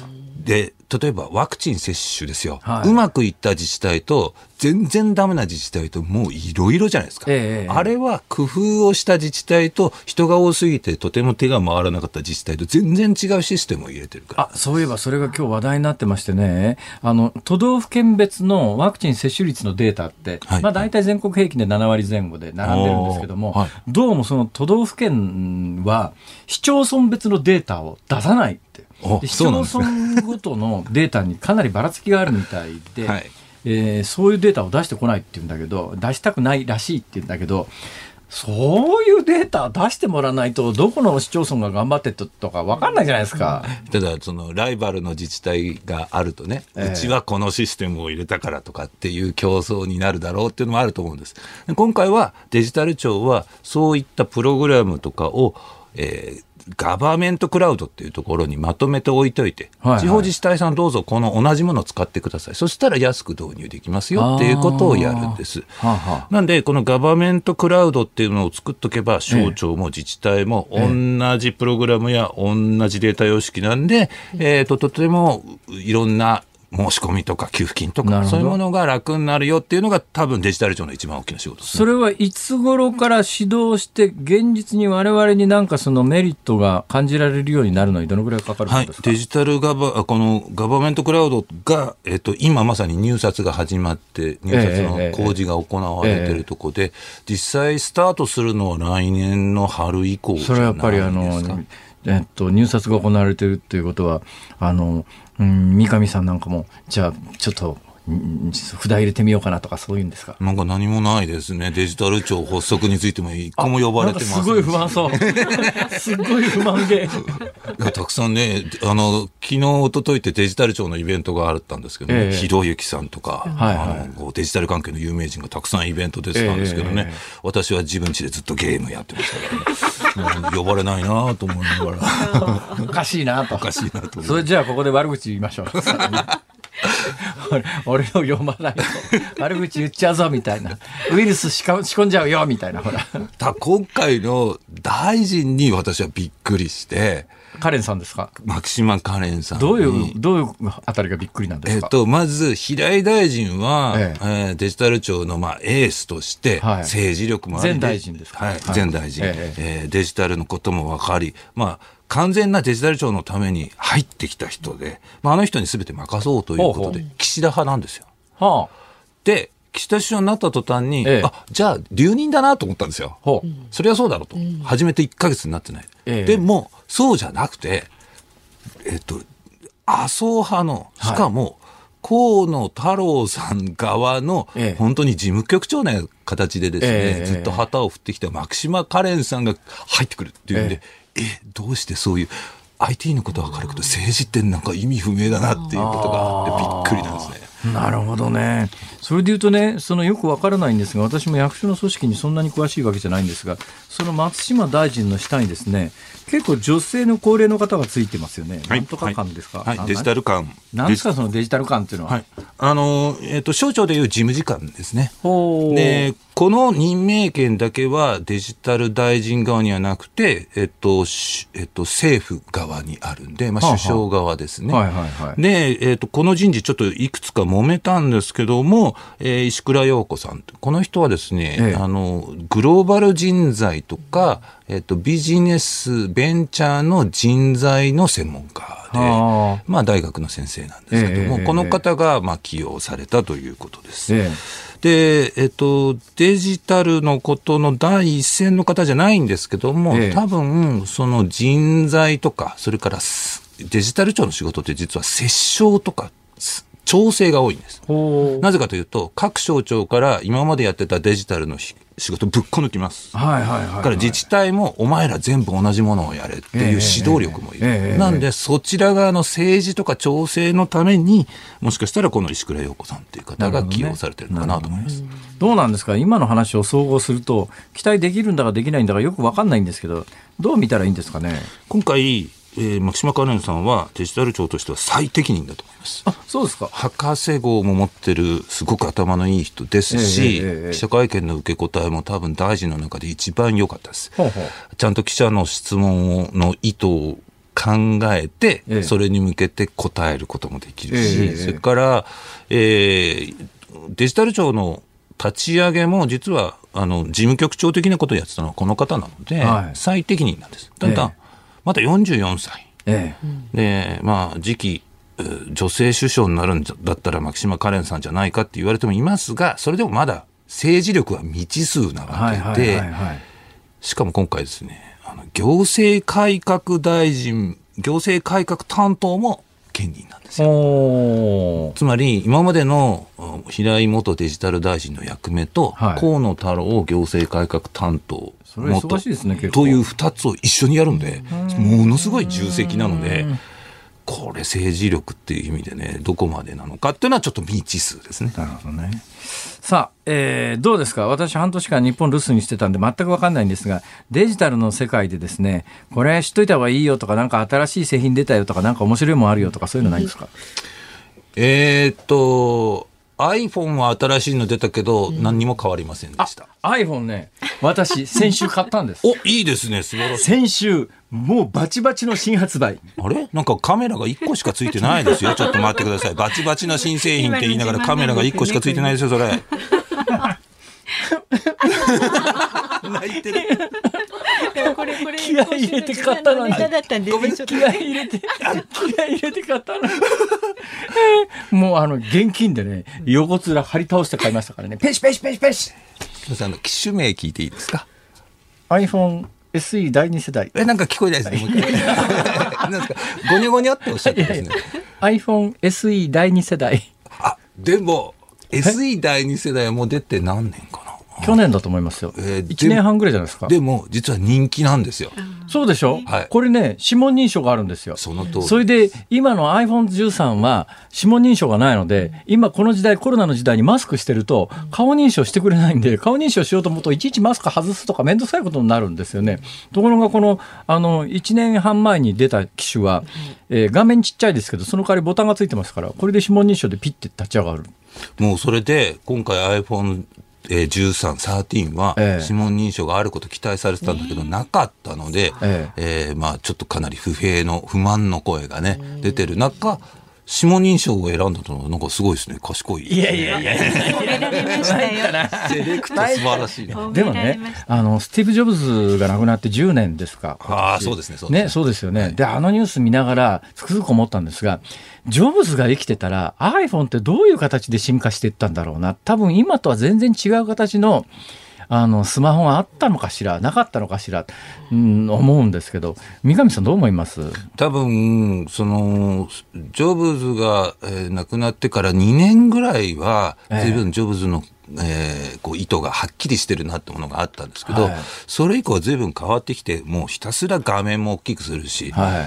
で例えばワクチン接種ですよ、 はい、 うまくいった自治体と全然ダメな自治体ともういろいろじゃないですか、ええ、あれは工夫をした自治体と人が多すぎてとても手が回らなかった自治体と全然違うシステムを入れてるから。 あ、そういえばそれが今日話題になってましてね、あの都道府県別のワクチン接種率のデータって、はい、まあ、大体全国平均でななわりぜん後で並んでるんですけども、はい、どうもその都道府県は市町村別のデータを出さないってで市町村ごとのデータにかなりばらつきがあるみたいで、はい、えー、そういうデータを出してこないって言うんだけど、出したくないらしいって言うんだけど、そういうデータを出してもらわないとどこの市町村が頑張ってとか分かんないじゃないですか。 ただそのライバルの自治体があるとね、えー、うちはこのシステムを入れたからとかっていう競争になるだろうっていうのもあると思うんです。今回はデジタル庁はそういったプログラムとかを、えーガバメントクラウドっていうところにまとめて置いといて、はいはい、地方自治体さんどうぞこの同じものを使ってください。そしたら安く導入できますよっていうことをやるんです。はあはあ、なんでこのガバメントクラウドっていうのを作っとけば省庁も自治体も同じプログラムや同じデータ様式なんで、えー、ととてもいろんな申し込みとか給付金とかそういうものが楽になるよっていうのが多分デジタル庁の一番大きな仕事ですね。 それはいつ頃から指導して現実に我々になんかそのメリットが感じられるようになるのにどのぐらいかかるんですか。 はい、デジタルガバこのガバメントクラウドが、えっと、今まさに入札が始まって入札の工事が行われているところで、えーえーえー、実際スタートするのは来年の春以降じゃないですか。それはやっぱりあの、 えっと、入札が行われているっていうことはあのうん、三上さんなんかもじゃあちょっと札入れてみようかなとかそういうんですか。 なんか何もないですね。デジタル庁発足についても一個も呼ばれてます。 すごい不満そうすごい不満げたくさんね、あの昨日一昨日ってデジタル庁のイベントがあったんですけど、ね、えー、ひろゆきさんとか、はいはい、あのデジタル関係の有名人がたくさんイベント出てたんですけどね、えー、私は自分家でずっとゲームやってましたから、ね、呼ばれないなと思いながらおかしいなとおかしいなと。 それじゃあここで悪口言いましょう俺を読まないと悪口言っちゃうぞみたいな、ウイルス仕込んじゃうよみたいな。ほら今回の大臣に私はびっくりして。 カレンさんですか。 牧島カレンさんにどういうどういうあたりがびっくりなんですか。 えっと、まず平井大臣は、えええー、デジタル庁の、まあ、エースとして政治力もあり、 前大臣ですか、 はいはい、前大臣、えええー、デジタルのことも分かり、まあ完全なデジタル庁のために入ってきた人で、まあ、あの人に全て任そうということでほうほう岸田派なんですよ、はあ、で岸田首相になった途端に、ええ、あじゃあ留任だなと思ったんですよ、ほうそれはそうだろうと、うん、初めていっかげつになってない、ええ、でもそうじゃなくて、えっと、麻生派のしかも、はい、河野太郎さん側の、ええ、本当に事務局長の形でですね、ええ、ずっと旗を振ってきた牧島カレンさんが入ってくるっていうんで、ええ、えどうしてそういう アイティー のことは分かるけど政治ってなんか意味不明だなっていうことがあってびっくりなんですね。 なるほどね。それでいうとね、そのよくわからないんですが、私も役所の組織にそんなに詳しいわけじゃないんですが、その松島大臣の下にですね、結構女性の高齢の方がついてますよね。はい、なんとか官ですか。 はいはい、デジタル官。 なんですかそのデジタル官っていうのは。はい、 あのえっと省庁でいう事務次官ですね。ほう。でこの任命権だけはデジタル大臣側にはなくて、えっとえっと、政府側にあるんで、まあ、首相側ですね。はいはいはい、で、えっと、この人事ちょっといくつか揉めたんですけども、えー、石倉洋子さん、この人はですね、ええ、あのグローバル人材とか、えっと、ビジネスベンチャーの人材の専門家で、あまあ、大学の先生なんですけども、ええ、この方がまあ起用されたということです。ええでえっと、デジタルのことの第一線の方じゃないんですけども、ええ、多分その人材とかそれからデジタル庁の仕事って実は折衝とか調整が多いんです。なぜかというと各省庁から今までやってたデジタルの仕事ぶっこ抜きます、はいはいはいはい、だから自治体もお前ら全部同じものをやれっていう指導力もいる、えーえー、なんでそちら側の政治とか調整のためにもしかしたらこの石倉洋子さんっていう方が起用されてるのかなと思います。 ど, ね、どうなんですか今の話を総合すると期待できるんだかできないんだかよく分かんないんですけどどう見たらいいんですかね。 今回えー、牧島かれんさんはデジタル庁としては最適任だと思います。 あ、そうですか。 博士号も持ってるすごく頭のいい人ですし、えーえーえー、記者会見の受け答えも多分大臣の中で一番良かったです。ほうほう。ちゃんと記者の質問の意図考えて、ええ、それに向けて答えることもできるし、ええ、それから、えー、デジタル庁の立ち上げも実はあの事務局長的なことをやってたのはこの方なので、はい、最適任なんです。ただ、ええ、まだよんじゅうよんさい、ええ、で、まあ、次期女性首相になるんだったら牧島かれんさんじゃないかって言われてもいますが、それでもまだ政治力は未知数なわけで、しかも今回ですね、あの行政改革大臣、行政改革担当も兼任なんですよ。つまり今までの平井元デジタル大臣の役目と、はい、河野太郎行政改革担当元というふたつを一緒にやるんで、ものすごい重責なので、これ政治力っていう意味でね、どこまでなのかっていうのはちょっと未知数ですね。 なるほどね。さあ、えー、どうですか。私半年間日本留守にしてたんで全く分かんないんですが、デジタルの世界でですね、これ知っといた方がいいよとか、なんか新しい製品出たよとか、なんか面白いもんあるよとか、そういうのないですか。 えーっと iPhone は新しいの出たけど、うん、何にも変わりませんでした。 iPhone ね、私先週買ったんですお、いいですね、素晴らしい。 先週もうバチバチの新発売。 あれなんかカメラがいっこしかついてないですよ。ちょっと待ってください。バチバチな新製品って言いながらカメラがいっこしかついてないですよ、それ。泣いてる。 これこれ気合い入れて買ったのに。 ごめん、 気合い入れて気合い入れて買ったのに。もうあの現金でね、横面張り倒して買いましたからね。ペシペシペシペシ。 あの機種名聞いていいですか。 iPhone エスイー だいに世代。 え、なんか聞こえないですね。もう一回なんですか、ゴニョゴニョっておっしゃってますね。いやいや iPhone エスイー だいに世代。 あ、でも エスイー だいに世代はもう出て何年かな。 去年だと思いますよ、えー、いちねんはんぐらいじゃないですか。 でも実は人気なんですよ。 そうでしょ、はい、これね指紋認証があるんですよ。 その通り。 それで今の アイフォンじゅうさん は指紋認証がないので、今この時代コロナの時代にマスクしてると顔認証してくれないんで、顔認証しようと思うといちいちマスク外すとかめんどくさいことになるんですよね。ところがこのあのいちねんはん前に出た機種は、えー、画面ちっちゃいですけどその代わりボタンがついてますから、これで指紋認証でピッて立ち上がる。 もうそれで今回 iPhoneじゅうさん、じゅうさんは指紋認証があること期待されてたんだけど、えー、なかったので、えーえーまあ、ちょっとかなり不平の不満の声がね出てる中、指紋認証を選んだのはなんかすごいですね。賢い。 いやいやいや褒められましたよ。 セレクト素晴らしいな。 でもね、あのスティーブ・ジョブズが亡くなってじゅうねんですか。 ああ、そうですね。そうですね。 ね、そうですよね。で、あのニュース見ながらつくづく思ったんですが、ジョブズが生きてたら iPhone ってどういう形で進化していったんだろうな。多分今とは全然違う形のあのスマホがあったのかしらなかったのかしら、うん、思うんですけど、三上さんどう思います？ 多分そのジョブズが、えー、亡くなってからにねんぐらいは随分ジョブズの、えー、こう意図がはっきりしてるなってものがあったんですけど、はい、それ以降は随分変わってきて、もうひたすら画面も大きくするし、はい、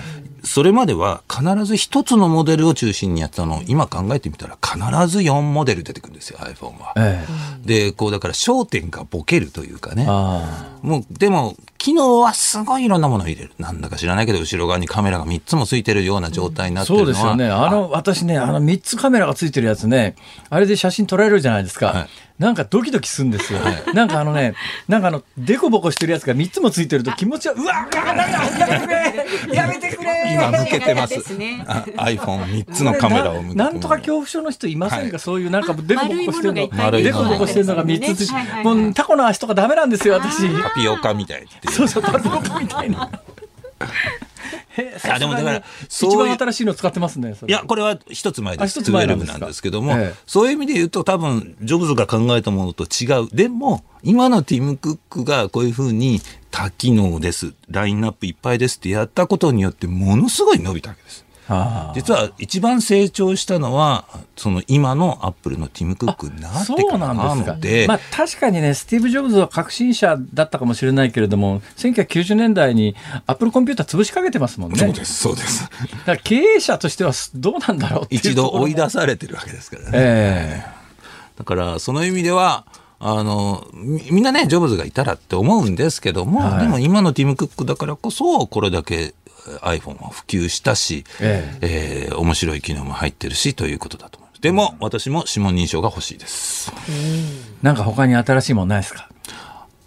それまでは必ず一つのモデルを中心にやってたのを今考えてみたら必ずよんモデル出てくるんですよ iPhone は、ええ、でこうだから焦点がボケるというかね、もうでも機能はすごいいろんなものを入れる。なんだか知らないけど後ろ側にカメラがみっつもついてるような状態になってるのは、 そうですよね。あの私ね、あのみっつカメラがついてるやつね、あれで写真撮られるじゃないですか、はい、なんかドキドキするんですよ、はい、なんかあのね、なんかあのデコボコしてるやつがみっつもついてると気持ちはうわなんだやめてくれやめてくれ今向けてます、ね、アイフォンみっつのカメラを向けてなんとか恐怖症の人いませんか、はい、そういうなんかデコボコしてるのデコボコしてるのがみっつついて、はいはいはい、もうタコの足とかダメなんですよ私。 タピオカみたいってそうそう、タピオカみたいなあでもだから一番新しいの使ってますね。それいやこれは一つ前です。じゅうになんですけども、ええ、そういう意味で言うと多分ジョブズが考えたものと違う。でも今のティム・クックがこういうふうに多機能ですラインナップいっぱいですってやったことによってものすごい伸びたわけです。実は一番成長したのはその今のアップルのティム・クックになってからなので、 まあ、確かにねスティーブ・ジョブズは革新者だったかもしれないけれどもせんきゅうひゃくきゅうじゅうねんだいにアップルコンピューター潰しかけてますもんね。 そうですそうです。 だから経営者としてはどうなんだろうっていう一度追い出されてるわけですからね、えー、だからその意味ではあの み, みんなねジョブズがいたらって思うんですけども、はい、でも今のティム・クックだからこそこれだけiPhone は普及したし、えええー、面白い機能も入ってるしということだと思います。でも、うん、私も指紋認証が欲しいです。 なんか他に新しいものないですか？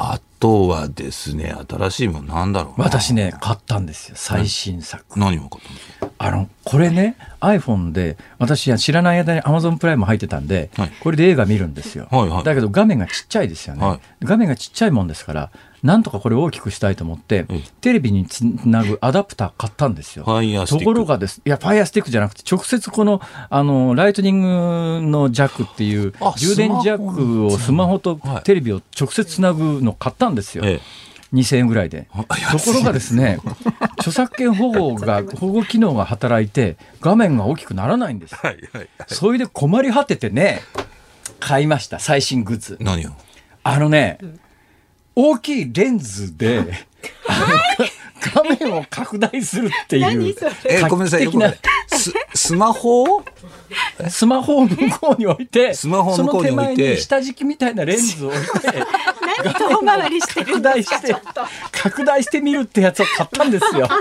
とはですね、新しいものなんだろうな。 私ね買ったんですよ、最新作。 何を買ったんですか？ あのこれね iPhone で私は知らない間に Amazon プライム入ってたんで、 はい、 これで映画見るんですよ、 はいはい、 だけど画面がちっちゃいですよね、はい、画面がちっちゃいもんですからなんとかこれを大きくしたいと思ってテレビにつなぐアダプター買ったんですよ。ところがです、いやファイアスティックじゃなくて直接このあのライトニングのジャックっていう充電ジャックをスマホとテレビを直接つなぐの買ったんですよ、ええ、にせんえんぐらいで。ところがですね著作権保護が保護機能が働いて画面が大きくならないんです、はいはいはい、それで困り果ててね買いました、最新グッズ。 何よ？あのね、うん、大きいレンズで画面を拡大するっていうえごめんなさい、ス, スマホをスマホを向こうに置いてスマホを向こうに置いてその手前に下敷きみたいなレンズを置いて何遠回りしてるんですか？ 拡大して拡大してみるってやつを買ったんですよ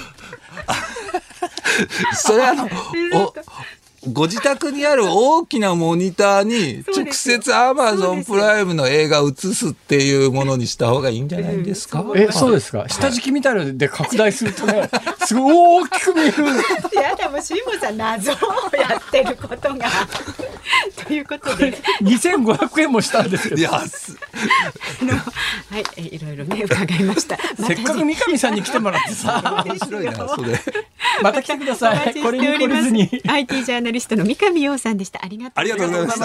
それあのおご自宅にある大きなモニターに直接アマゾンプライムの映画を映すっていうものにした方がいいんじゃないですか？ え、そうですか。下敷きみたいなので拡大するとね、すごい大きく見える。 いやでも辛坊さん謎をやってることがということでにせんごひゃくえんもしたんですけど。 安い。 あのはい、いろいろね伺いました。 せっかく三上さんに来てもらってさ、 面白いなそれ。 また来てください。これに懲りずに。 アイティー ジャーナリストの三上洋さんでした。ありがとうございました。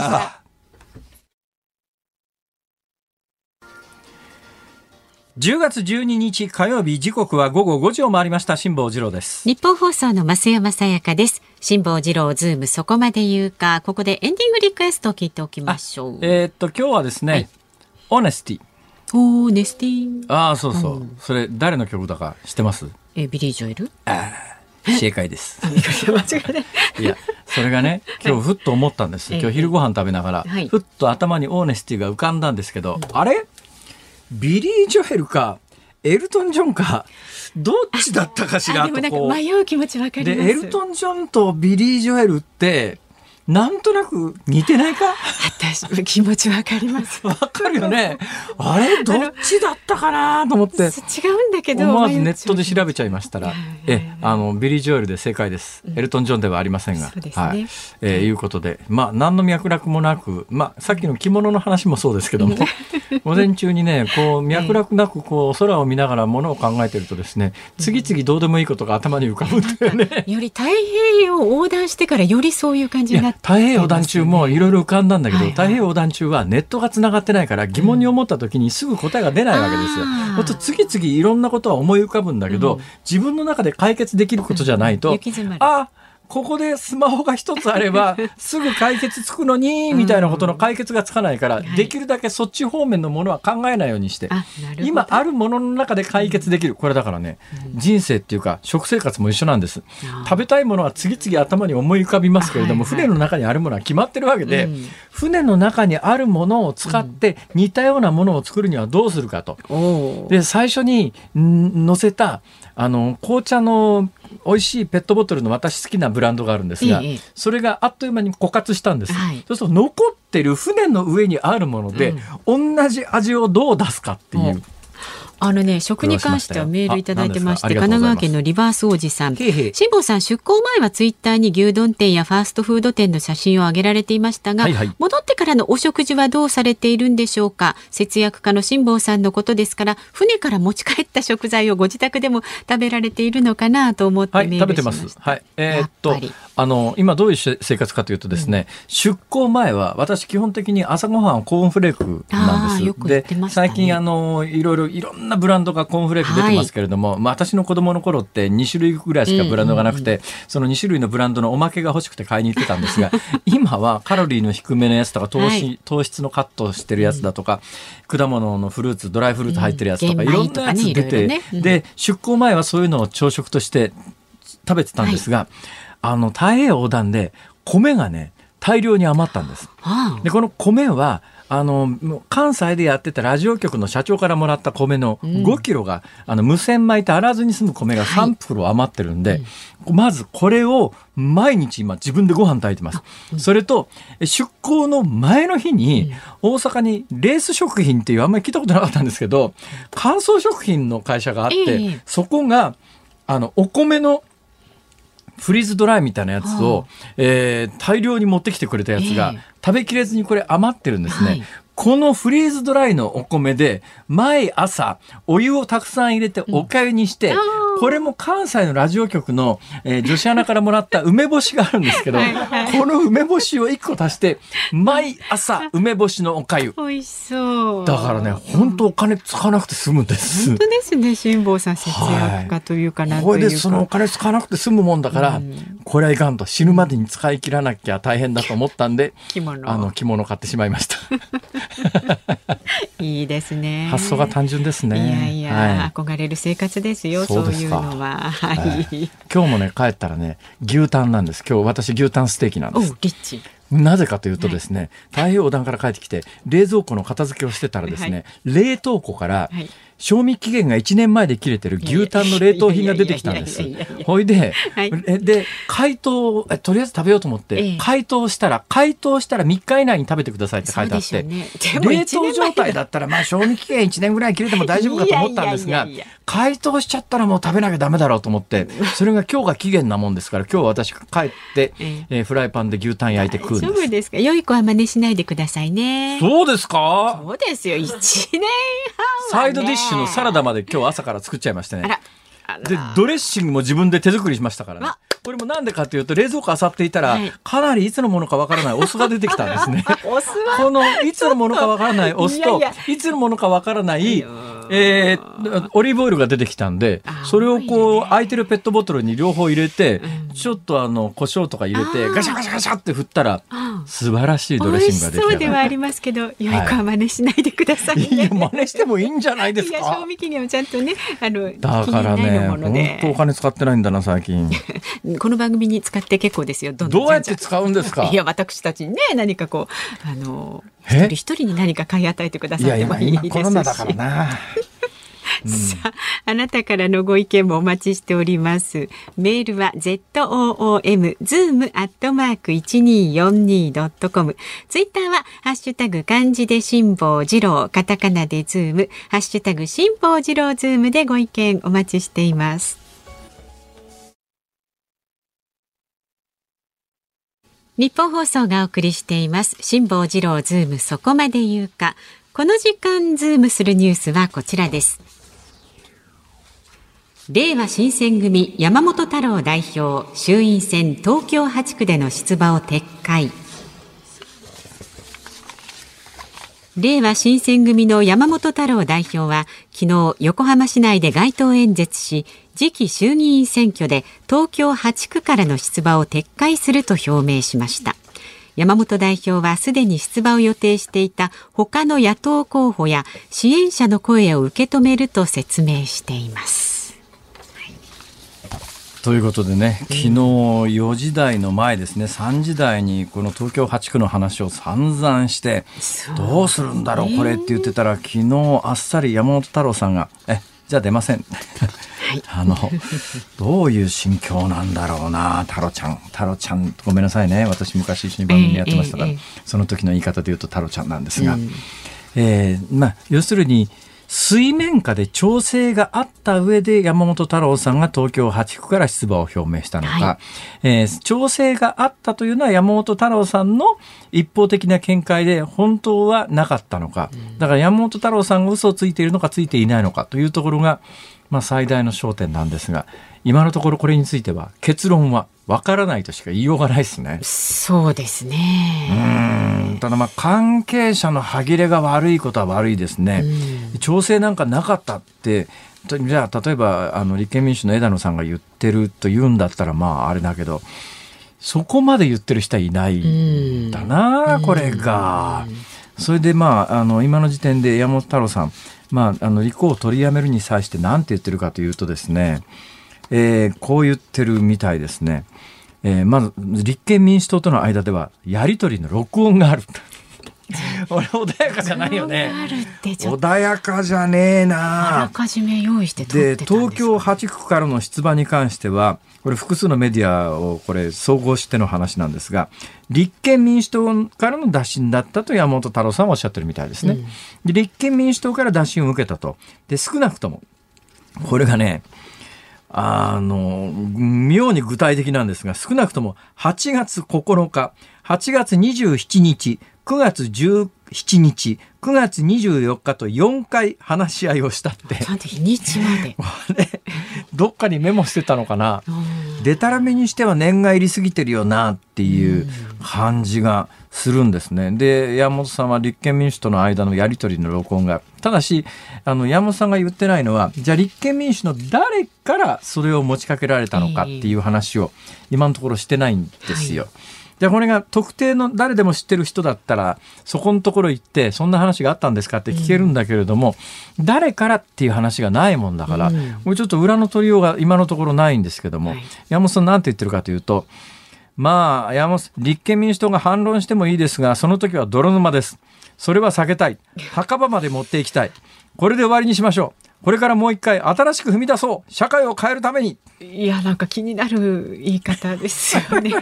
じゅうがつじゅうににち火曜日、時刻はごごごじを回りました。辛坊治郎です。 日本放送の増山さやかです。辛坊治郎ズームそこまで言うか。ここでエンディングリクエストを聞いておきましょう。 えー、っと今日はですね、はい、オネスティ。 オーネスティ。 ああそうそう、うん、それ誰の曲だか知ってます？ えビリー・ジョエル。 あ正解です。 間違いない。 いやそれがね今日ふっと思ったんです、はい、今日昼ご飯食べながら、はい、ふっと頭にオーネスティが浮かんだんですけど、うん、あれビリー・ジョエルかエルトン・ジョンかどっちだったかしらとこう。 でもなんか迷う気持ちわかります。 でエルトン・ジョンとビリー・ジョエルってなんとなく似てないか？ 私気持ちわかります。 わかるよね。あれどっちだったかなと思って違うんだけど思わずネットで調べちゃいましたら、えあのビリー・ジョエルで正解です、うん、エルトン・ジョンではありませんが、 そうですね、はいえー、いうことで、まあ、何の脈絡もなく、まあ、さっきの着物の話もそうですけども午前中にねこう脈絡なくこう空を見ながらものを考えてるとですね次々どうでもいいことが頭に浮かぶんだよね。 より太平洋を横断してからよりそういう感じになって、 太平洋横断中もいろいろ浮かんだんだけど、はいはい、太平洋横断中はネットがつながってないから疑問に思った時にすぐ答えが出ないわけですよ。うん、と次々いろんなことは思い浮かぶんだけど、うん、自分の中で解決できることじゃないと、うん、あここでスマホが一つあればすぐ解決つくのにみたいなことの解決がつかないから、うん、できるだけそっち方面のものは考えないようにして、はい、今あるものの中で解決できる、これだからね、うん、人生っていうか食生活も一緒なんです。食べたいものは次々頭に思い浮かびますけれども、はいはい、船の中にあるものは決まってるわけで、うん、船の中にあるものを使って似たようなものを作るにはどうするかと、うん、で最初に載せたあの紅茶の美味しいペットボトルの私好きなブランドがあるんですが、ええ、それがあっという間に枯渇したんです、はい、そうすると残ってる船の上にあるもので、うん、同じ味をどう出すかっていう、うんあのね、食に関してはメールいただいてまして、神奈川県のリバース王子さん、辛坊さん出港前はツイッターに牛丼店やファーストフード店の写真を上げられていましたが、はいはい、戻ってからのお食事はどうされているんでしょうか。節約家の辛坊さんのことですから船から持ち帰った食材をご自宅でも食べられているのかなと思ってメールしました。はい、食べてます。はい、えー、っとあの今どういう生活かというとですね、うん、出港前は私基本的に朝ごはんコーンフレークなんです。よく言ってましたね。で最近あのいろいろいろんなブランドがコーンフレーク出てますけれども、はいまあ、私の子供の頃ってに種類ぐらいしかブランドがなくて、うんうんうん、そのに種類のブランドのおまけが欲しくて買いに行ってたんですが今はカロリーの低めのやつとか糖質、はい、糖質のカットしてるやつだとか、うん、果物のフルーツドライフルーツ入ってるやつとか、うん、いろんなやつ出て、ねねうん、で出港前はそういうのを朝食として食べてたんですが、はい、あの太平洋横断で米がね大量に余ったんです。でこの米はあの関西でやってたラジオ局の社長からもらった米のごキロが、うん、あの無洗米と洗わずに済む米がさん袋余ってるんで、はいうん、まずこれを毎日今自分でご飯炊いてます、うん、それと出港の前の日に大阪にレース食品っていうあんまり聞いたことなかったんですけど乾燥食品の会社があって、えー、そこがあのお米のフリーズドライみたいなやつを、はあえー、大量に持ってきてくれたやつが、えー、食べきれずにこれ余ってるんですね、はい、このフリーズドライのお米で毎朝お湯をたくさん入れておかゆにして、うん、これも関西のラジオ局の、えー、女子アナからもらった梅干しがあるんですけどはい、はい、この梅干しをいっこ足して毎朝梅干しのおかゆ美味しそうだからね本当お金使わなくて済むんです。 本当ですね辛坊さん節約家というかなんというか、 これでそのお金使わなくて済むもんだから、うん、これはいかんと死ぬまでに使い切らなきゃ大変だと思ったんで着物あの着物買ってしまいましたいいですね発想が単純ですね。 いやいや、はい、憧れる生活ですよそういうのは、はいはい、 今日もね帰ったらね牛タンなんです。今日私牛タンステーキなんです。 おリッチなぜかというとですね、はい、太平洋横断から帰ってきて冷蔵庫の片付けをしてたらですね、はい、冷凍庫から賞味期限がいちねんまえで切れてる牛タンの冷凍品が出てきたんです。ほいで、はい、で解凍とりあえず食べようと思って、ええ、解凍したら解凍したらみっか以内に食べてくださいって書いてあって、ね、冷凍状態だったらまあ賞味期限いちねんぐらい切れても大丈夫かと思ったんですが解凍しちゃったらもう食べなきゃダメだろうと思ってそれが今日が期限なもんですから今日私帰って、ええ、フライパンで牛タン焼いて食うんです。 そうですか。良い子は真似しないでくださいね。 そうですか。 そうですよいちねんはんはねサイドディッシュのサラダまで今日朝から作っちゃいましてね。あらあらでドレッシングも自分で手作りしましたからね。これもなんでかというと冷蔵庫あさっていたら、はい、かなりいつのものかわからないお酢が出てきたんですねお酢はこのいつのものかわからないお酢といやいやいつのものかわからないえー、オリーブオイルが出てきたんでそれをこう空いてるペットボトルに両方入れて、うん、ちょっとあの胡椒とか入れてガシャガシャガシャって振ったら素晴らしいドレッシングができた。 美味しそうではありますけど良い子は真似しないでくださいね、はい、 いや真似してもいいんじゃないですか。 いや賞味期限をちゃんとねあのだからね本当お金使ってないんだな最近この番組に使って結構ですよ。どんどんどうやって使うんですか。 いや私たちにね何かこうあの一人一人に何か買い与えてくださってもいいですし。いや今コロナだからなうん、さあ、あなたからのご意見もお待ちしております。メールは ズーム ズーム アットマーク いちにーよんにー ドットコム。ツイッターはハッシュタグ漢字で辛坊治郎、カタカナでズーム、ハッシュタグ辛坊治郎ズームでご意見お待ちしています。日本放送がお送りしています辛坊治郎ズームそこまで言うか。この時間ズームするニュースはこちらです。れいわ新選組山本太郎代表衆院選東京はち区での出馬を撤回。れいわ新選組の山本太郎代表は昨日横浜市内で街頭演説し次期衆議院選挙で東京はち区からの出馬を撤回すると表明しました。山本代表はすでに出馬を予定していた他の野党候補や支援者の声を受け止めると説明しています。 ということでね、昨日よじ台の前ですね、さんじ台にこの東京はち区の話を散々してどうするんだろうこれって言ってたら、昨日あっさり山本太郎さんがえじゃあ出ませんあのどういう心境なんだろうな太郎ちゃん太郎ちゃんごめんなさいね、私昔一緒に番組やってましたから、えーえー、その時の言い方で言うと太郎ちゃんなんですが、うんえーまあ、要するに水面下で調整があった上で山本太郎さんが東京はち区から出馬を表明したのか、はいえー、調整があったというのは山本太郎さんの一方的な見解で本当はなかったのか、だから山本太郎さんが嘘をついているのかついていないのかというところが、まあ、最大の焦点なんですが、今のところこれについては結論は分からないとしか言いようがないですね。 そうですね。 うんただまあ関係者の歯切れが悪いことは悪いですね。調整なんかなかったってじゃあ例えばあの立憲民主の枝野さんが言ってると言うんだったらまああれだけど、そこまで言ってる人はいないんだなこれが。それでまああの今の時点で山本太郎さん、まあ、あの立候補を取りやめるに際して何て言ってるかというとですね、えー、こう言ってるみたいですね。えー、まず立憲民主党との間ではやり取りの録音がある俺穏やかじゃないよね。 穏やかじゃねえな。 あらかじめ用意して撮ってたんですか。 で東京はち区からの出馬に関してはこれ複数のメディアをこれ総合しての話なんですが、立憲民主党からの打診だったと山本太郎さんはおっしゃってるみたいですね、うん、で立憲民主党から打診を受けたと。で少なくともこれがねあの妙に具体的なんですが、少なくともはちがつここのか、はちがつにじゅうしちにち、くがつじゅうしちにち、くがつにじゅうよっかとよんかい話し合いをしたって。 ちゃんと日にちまでどっかにメモしてたのかな。でたらめにしては年が入りすぎてるよなっていう感じがするんですね。で山本さんは立憲民主との間のやり取りの録音が、ただしあの山本さんが言ってないのは、じゃあ立憲民主の誰からそれを持ちかけられたのかっていう話を今のところしてないんですよ、はい。じゃあこれが特定の誰でも知ってる人だったらそこのところ行ってそんな話があったんですかって聞けるんだけれども、うん、誰からっていう話がないもんだから、うん、もうちょっと裏の取りようが今のところないんですけども、はい、山本さんなんて言ってるかというと、まあ山本立憲民主党が反論してもいいですがその時は泥沼です。それは避けたい。墓場まで持っていきたい。これで終わりにしましょう。これからもう一回新しく踏み出そう。社会を変えるために。 いやなんか気になる言い方ですよね、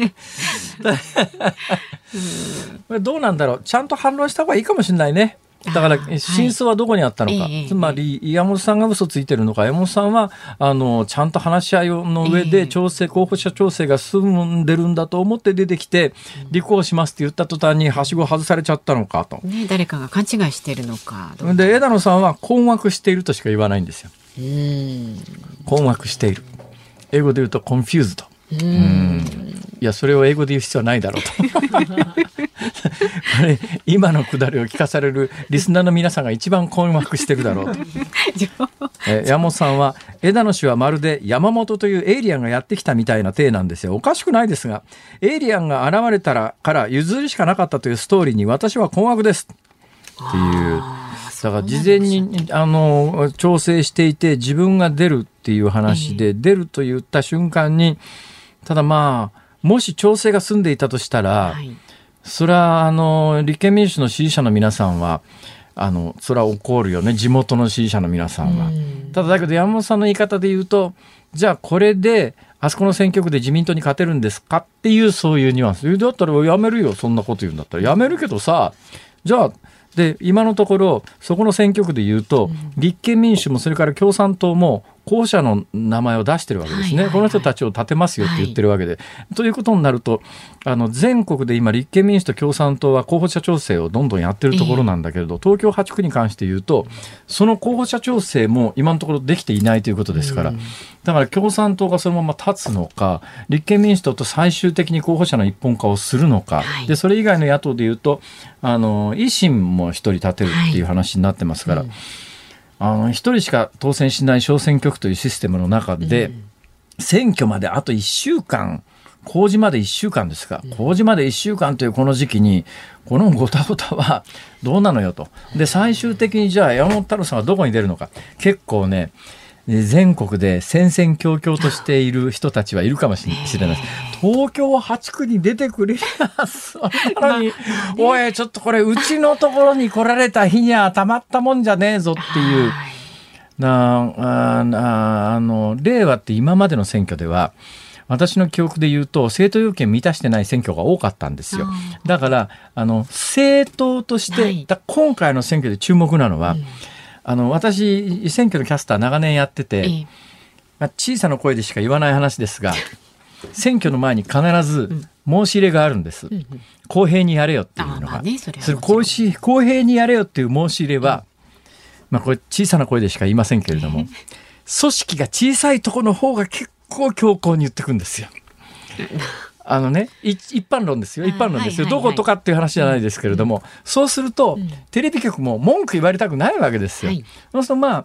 うん、どうなんだろう。ちゃんと反論した方がいいかもしれないね。だから真相はどこにあったのか、はい、つまり山本さんが嘘ついてるのか、山本さんはあのちゃんと話し合いの上で調整、候補者調整が進んでるんだと思って出てきて立候補しますって言った途端にはしご外されちゃったのかと、 ね、誰かが勘違いしてるのか。 で枝野さんは困惑しているとしか言わないんですよ。うーん困惑している。英語で言うとコンフューズド。うーんいやそれを英語で言う必要はないだろうとこれ今のくだりを聞かされるリスナーの皆さんが一番困惑してるだろうとえ山本さんは枝野氏はまるで山本というエイリアンがやってきたみたいな体なんですよ。おかしくないですがエイリアンが現れたらから譲るしかなかったというストーリーに私は困惑ですっていう。だから事前にあの調整していて自分が出るっていう話で、えー、出ると言った瞬間にただまあもし調整が済んでいたとしたら、はい、それはあの立憲民主の支持者の皆さんはあのそれは怒るよね。地元の支持者の皆さんは。んただだけど山本さんの言い方で言うとじゃあこれであそこの選挙区で自民党に勝てるんですかっていうそういうニュアンスだったらやめるよ。そんなこと言うんだったらやめるけどさじゃあで今のところそこの選挙区で言うと、うん、立憲民主もそれから共産党も候補者の名前を出してるわけですね、はいはいはい、この人たちを立てますよって言ってるわけで、はい、ということになるとあの全国で今立憲民主と共産党は候補者調整をどんどんやってるところなんだけれど、えー、東京はち区に関して言うとその候補者調整も今のところできていないということですから、うん、だから共産党がそのまま立つのか立憲民主党と最終的に候補者の一本化をするのか、はい、でそれ以外の野党で言うとあの維新も一人立てるっていう話になってますから、はいうんあの一人しか当選しない小選挙区というシステムの中で、うん、選挙まであといっしゅうかん公示までいっしゅうかんですが、うん、公示までいっしゅうかんというこの時期にこのごたごたはどうなのよと。で最終的にじゃあ山本太郎さんはどこに出るのか。結構ね全国で戦々恐々としている人たちはいるかもしれないです。東京はち区に出てくれるそんなにおいちょっとこれうちのところに来られた日にはたまったもんじゃねえぞっていうなあああの令和って今までの選挙では私の記憶で言うと政党要件満たしてない選挙が多かったんですよ。だからあの政党として、はい、今回の選挙で注目なのは、うんあの私選挙のキャスター長年やってて、ええまあ、小さな声でしか言わない話ですが選挙の前に必ず申し入れがあるんです、うん、公平にやれよっていうのが、まあね、それはそれ 公, 公平にやれよっていう申し入れは、うんまあ、これ小さな声でしか言いませんけれども、えー、組織が小さいところの方が結構強硬に言ってくんですよあのね、一般論ですよ一般論ですよ、はいはいはい、どことかっていう話じゃないですけれども、うん、そうすると、うん、テレビ局も文句言われたくないわけですよ、はい、そうするとまあ、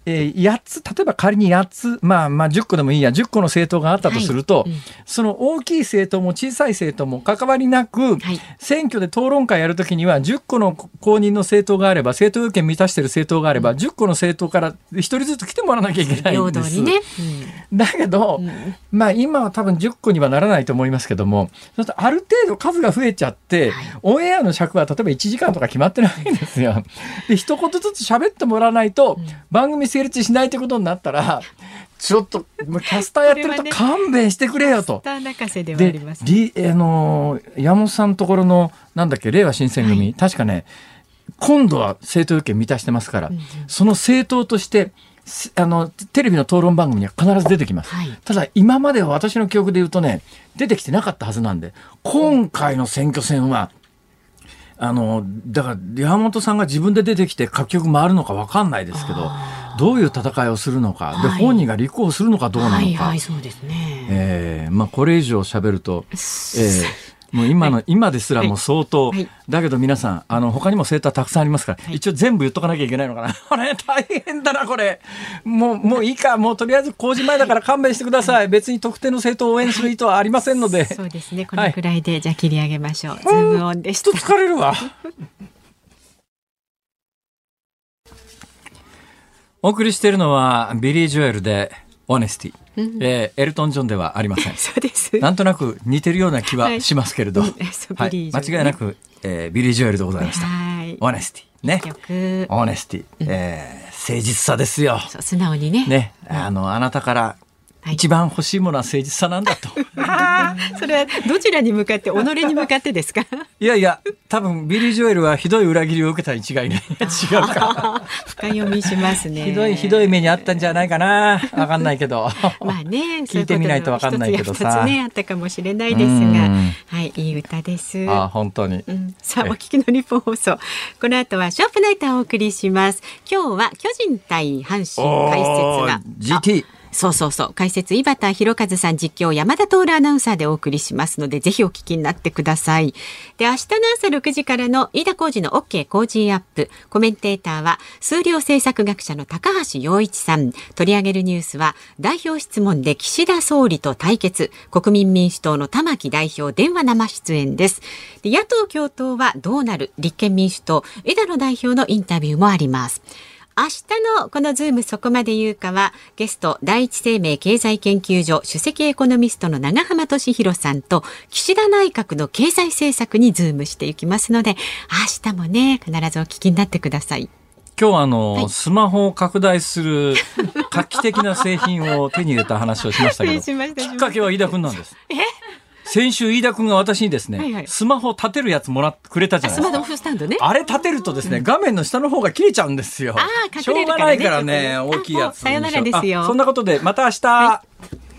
えー、やっつ、例えば仮にやっつ、まあまあじゅっこでもいいや、じゅっこの政党があったとすると、はいうん、その大きい政党も小さい政党も関わりなく、はい、選挙で討論会やるときにはじゅっこの公認の政党があれば、政党要件満たしている政党があれば、うん、じゅっこの政党からひとりずつ来てもらわなきゃいけないんです。ねうん、だけど、うん、まあ今は多分じゅっこにはならないと思いますけども、ある程度数が増えちゃって、はい、オンエアの尺は例えばいちじかんとか決まってないんですよ。で一言ずつ喋ってもらわないと、うん、番組成立しないということになったらちょっとキャスターやってると勘弁してくれよと。 キャスター泣かせではあります。 で、あの山本さんのところのなんだっけ令和新選組、はい、確かね今度は政党要件満たしてますから、うんうん、その政党としてあのテレビの討論番組には必ず出てきます、はい、ただ今までは私の記憶で言うとね出てきてなかったはずなんで、今回の選挙戦はあのだから山本さんが自分で出てきて各局回るのか分かんないですけど、どういう戦いをするのか、はい、で本人が立候補するのかどうなのか、はいはい、そうですね、えーまあ、これ以上喋ると、えーもう今の、はい、今ですらもう相当、はい、だけど皆さんあの他にも政党はたくさんありますから、はい、一応全部言っとかなきゃいけないのかな。これ大変だなこれ。もうもういいか、もうとりあえず公示前だから勘弁してください、はい、別に特定の政党を応援する意図はありませんので、はい、 そうですね、このくらいで、はい、じゃあ切り上げましょう。ズームオンでした。 ちょっと疲れるわ。お送りしているのはビリー・ジョエルでオネスティ、うんえー、エルトン・ジョンではありません。 そうです。 なんとなく似てるような気はしますけれど、はいはい、間違いなく、えー、ビリー・ジョエルでございました。はいオネスティね、オネスティ、えー、誠実さですよ。 そう素直に ね, ねあのあなたから一番欲しいものは誠実さなんだと。 それはどちらに向かって、己に向かってですか？ いやいや、多分ビリー・ジョエルはひどい裏切りを受けたに違いない。違うか。 深読みしますね。 ひどいひどい目にあったんじゃないかな。わかんないけど。 まあね、 聞いてみないとわかんないけどさ。一つや二つねあったかもしれないですが、はい、いい歌です。 あ、本当に。 うん、さあお聞きの日本放送。この後はショープナイターをお送りします。今日は巨人対阪神解説がジーティー。 そうそうそう解説井端弘和さん、実況山田徹アナウンサーでお送りしますので、ぜひお聞きになってください。で明日の朝ろくじからの飯田浩司の OK 工事アップ、コメンテーターは数量政策学者の高橋洋一さん。取り上げるニュースは代表質問で岸田総理と対決、国民民主党の玉木代表電話生出演です。で野党共闘はどうなる、立憲民主党枝野代表のインタビューもあります。明日のこのズームそこまで言うかは、ゲスト第一生命経済研究所首席エコノミストの長浜俊弘さんと岸田内閣の経済政策にズームしていきますので、明日もね必ずお聞きになってください。 今日はあの、はい、スマホを拡大する画期的な製品を手に入れた話をしましたけどきっかけは飯田君なんです。え先週飯田君が私にですね、はいはい、スマホ立てるやつもらってくれたじゃないですか。 スマホスタンドね。 あれ立てるとですね、うん、画面の下の方が切れちゃうんですよ。 あ、 しょうがないからね、大きいやつ。 さよならですよ。 そんなことでまた明日、はい。